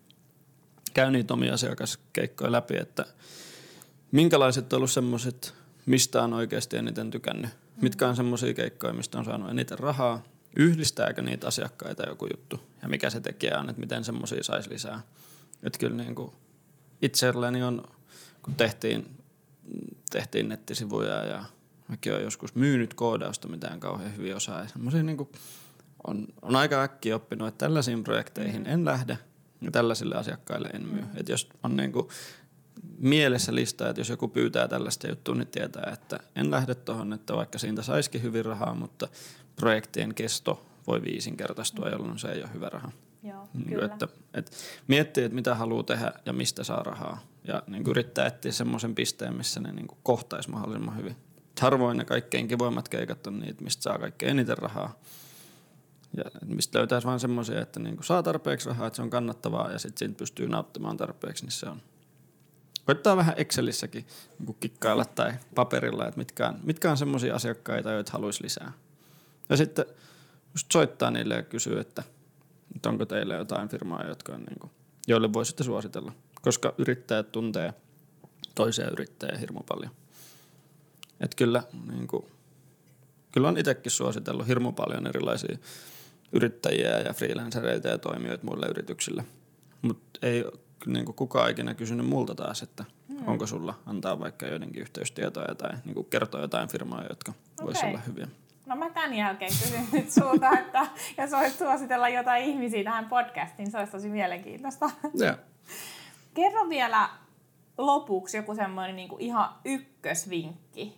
käy niitä omia asiakaskeikkoja läpi, että minkälaiset on ollut semmoiset, mistä on oikeasti eniten tykännyt, mm. mitkä on semmoisia keikkoja, mistä on saanut eniten rahaa, yhdistääkö niitä asiakkaita joku juttu ja mikä se tekijä on, että miten semmoisia saisi lisää. Että kyllä niin kuin itselleni on, kun tehtiin, tehtiin nettisivuja ja mäkin olen joskus myynyt koodausta, mitään kauhean hyvin osaa. Ja semmoisia niin kuin on, on aika äkkiä oppinut, että tällaisiin projekteihin mm. en lähde ja tällaisille asiakkaille en myy. Mm. Että jos on niin kuin mielessä listaa, että jos joku pyytää tällaista juttua, niin tietää, että en lähde tuohon, että vaikka siitä saisikin hyvin rahaa, mutta projektien kesto voi viisinkertaistua, jolloin se ei ole hyvä raha. Joo, niin kyllä. Että, että miettii, että mitä haluaa tehdä ja mistä saa rahaa. Ja niin kuin yrittää etsiä semmoisen pisteen, missä ne niin kuin kohtaisi mahdollisimman hyvin. Harvoin ne kaikkein kivoimmat keikat on niitä, mistä saa kaikkein eniten rahaa. Ja mistä löytäisi vaan semmoisia, että niinku saa tarpeeksi rahaa, että se on kannattavaa ja sitten siitä pystyy nauttimaan tarpeeksi, niin se on. Koittaa vähän Excelissäkin niinku kikkailla tai paperilla, että mitkä on, mitkä on semmoisia asiakkaita, joita haluaisi lisää. Ja sitten just soittaa niille ja kysyy, että, että onko teillä jotain firmaa, jotka on niinku, joille voisitte suositella. Koska yrittäjät tuntee toisia yrittäjiä hirmu paljon. Että kyllä, niinku, kyllä on itsekin suositellut hirmu paljon erilaisia yrittäjiä ja freelancereita ja toimijoita muille yrityksille. Mutta ei niinku kukaan ikinä kysynyt multa taas, että hmm. onko sulla antaa vaikka joidenkin yhteystietoja tai niinku kertoa jotain firmaa, jotka okay. vois olla hyviä. No mä tämän jälkeen kysyn nyt sulta, että jos voit suositella jotain ihmisiä tähän podcastiin, se olisi tosi mielenkiintoista. Yeah. Kerro vielä lopuksi joku semmoinen niinku ihan ykkösvinkki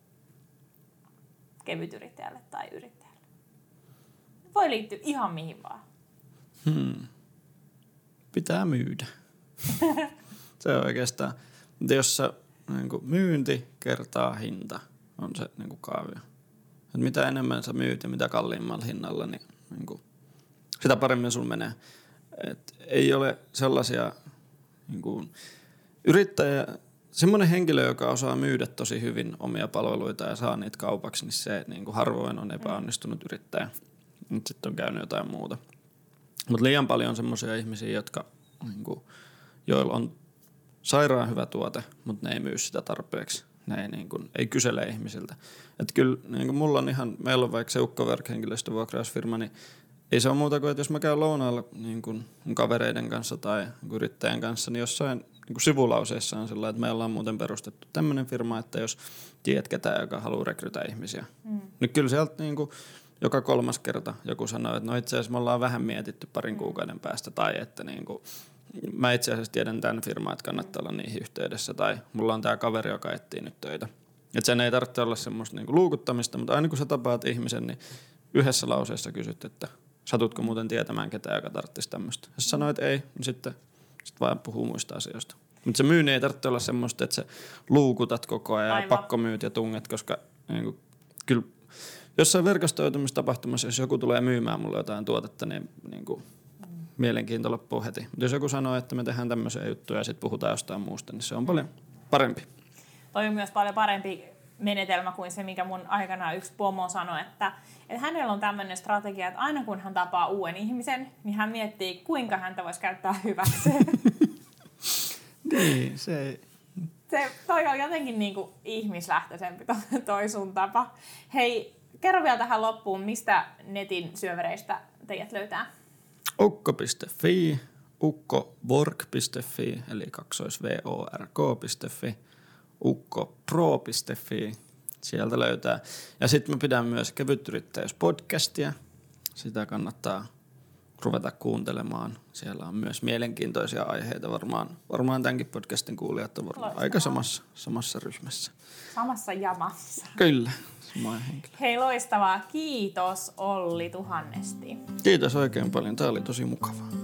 kevytyrittäjälle tai yrittäjälle. Voi liittyä ihan mihin vaan. Hmm. Pitää myydä. Se on oikeastaan, jos sä, niin kuin myynti kertaa hinta on se niin kuin kaavio. Et mitä enemmän sä myyt ja mitä kalliimmalla hinnalla, niin, niin kuin, sitä paremmin sun menee. Et ei ole sellaisia niin kuin, yrittäjä, semmoinen henkilö, joka osaa myydä tosi hyvin omia palveluita ja saa niitä kaupaksi, niin se niin kuin harvoin on epäonnistunut yrittäjä. Nyt sitten on käynyt jotain muuta. Mutta liian paljon on semmoisia ihmisiä, jotka, niin kuin, joilla on sairaan hyvä tuote, mutta ne ei myy sitä tarpeeksi. Ne ei, niin kuin, ei kysele ihmisiltä. Että kyllä niin kuin mulla on ihan, meillä on vaikka se Ukkoverk-henkilöstövuokrausfirma, niin ei se ole muuta kuin, että jos mä käyn lounaalla niin kuin mun kavereiden kanssa tai niin kuin yrittäjän kanssa, niin jossain niin kuin sivulauseessa on sellainen, että meillä on muuten perustettu tämmöinen firma, että jos tiedät ketään, joka haluaa rekrytä ihmisiä. Mm. Niin kyllä sieltä niin kuin joka kolmas kerta joku sanoo, että no itse asiassa me ollaan vähän mietitty parin kuukauden päästä tai että niin kuin, mä itse asiassa tiedän tämän firman, että kannattaa olla niihin yhteydessä tai mulla on tää kaveri, joka etsii nyt töitä. Että sen ei tarvitse olla semmoista niin kuin luukuttamista, mutta aina kun sä tapaat ihmisen, niin yhdessä lauseessa kysyt, että satutko muuten tietämään ketään, joka tarvitsisi tämmöistä. Jos sanoit ei, niin sitten sit vaan puhuu muista asioista. Mutta se myynti ei tarvitse olla semmoista, että sä luukutat koko ajan ja pakkomyyt ja tunget, koska niin kuin, kyllä jossain verkostoitumistapahtumassa, jos joku tulee myymään mulle jotain tuotetta, niin, niin kuin, mm. mielenkiinto loppuu heti. Mutta jos joku sanoo, että me tehdään tämmöisiä juttuja ja sitten puhutaan jostain muusta, niin se on paljon parempi. Toi on myös paljon parempi menetelmä kuin se, mikä mun aikanaan yksi pomo sanoi, että, että hänellä on tämmöinen strategia, että aina kun hän tapaa uuden ihmisen, niin hän miettii, kuinka häntä voisi käyttää hyväkseen. Niin, se ei... Se, toi on jotenkin niinku ihmislähtöisempi toi sun tapa. Hei, kerro vielä tähän loppuun, mistä netin syövereistä teidät löytää? ukko piste fi, ukkovork piste fi, eli kaksois V O R K piste fi, ukkopro piste fi, sieltä löytää. Ja sitten mä pidän myös kevytyrittäjyyspodcastia, sitä kannattaa ruveta kuuntelemaan. Siellä on myös mielenkiintoisia aiheita, varmaan, varmaan tämänkin podcastin kuulijat on varmaan aika samassa, samassa ryhmässä. Samassa jamassa. Kyllä, sama henkilö. Hei, loistavaa. Kiitos Olli tuhannesti. Kiitos oikein paljon, tämä oli tosi mukavaa.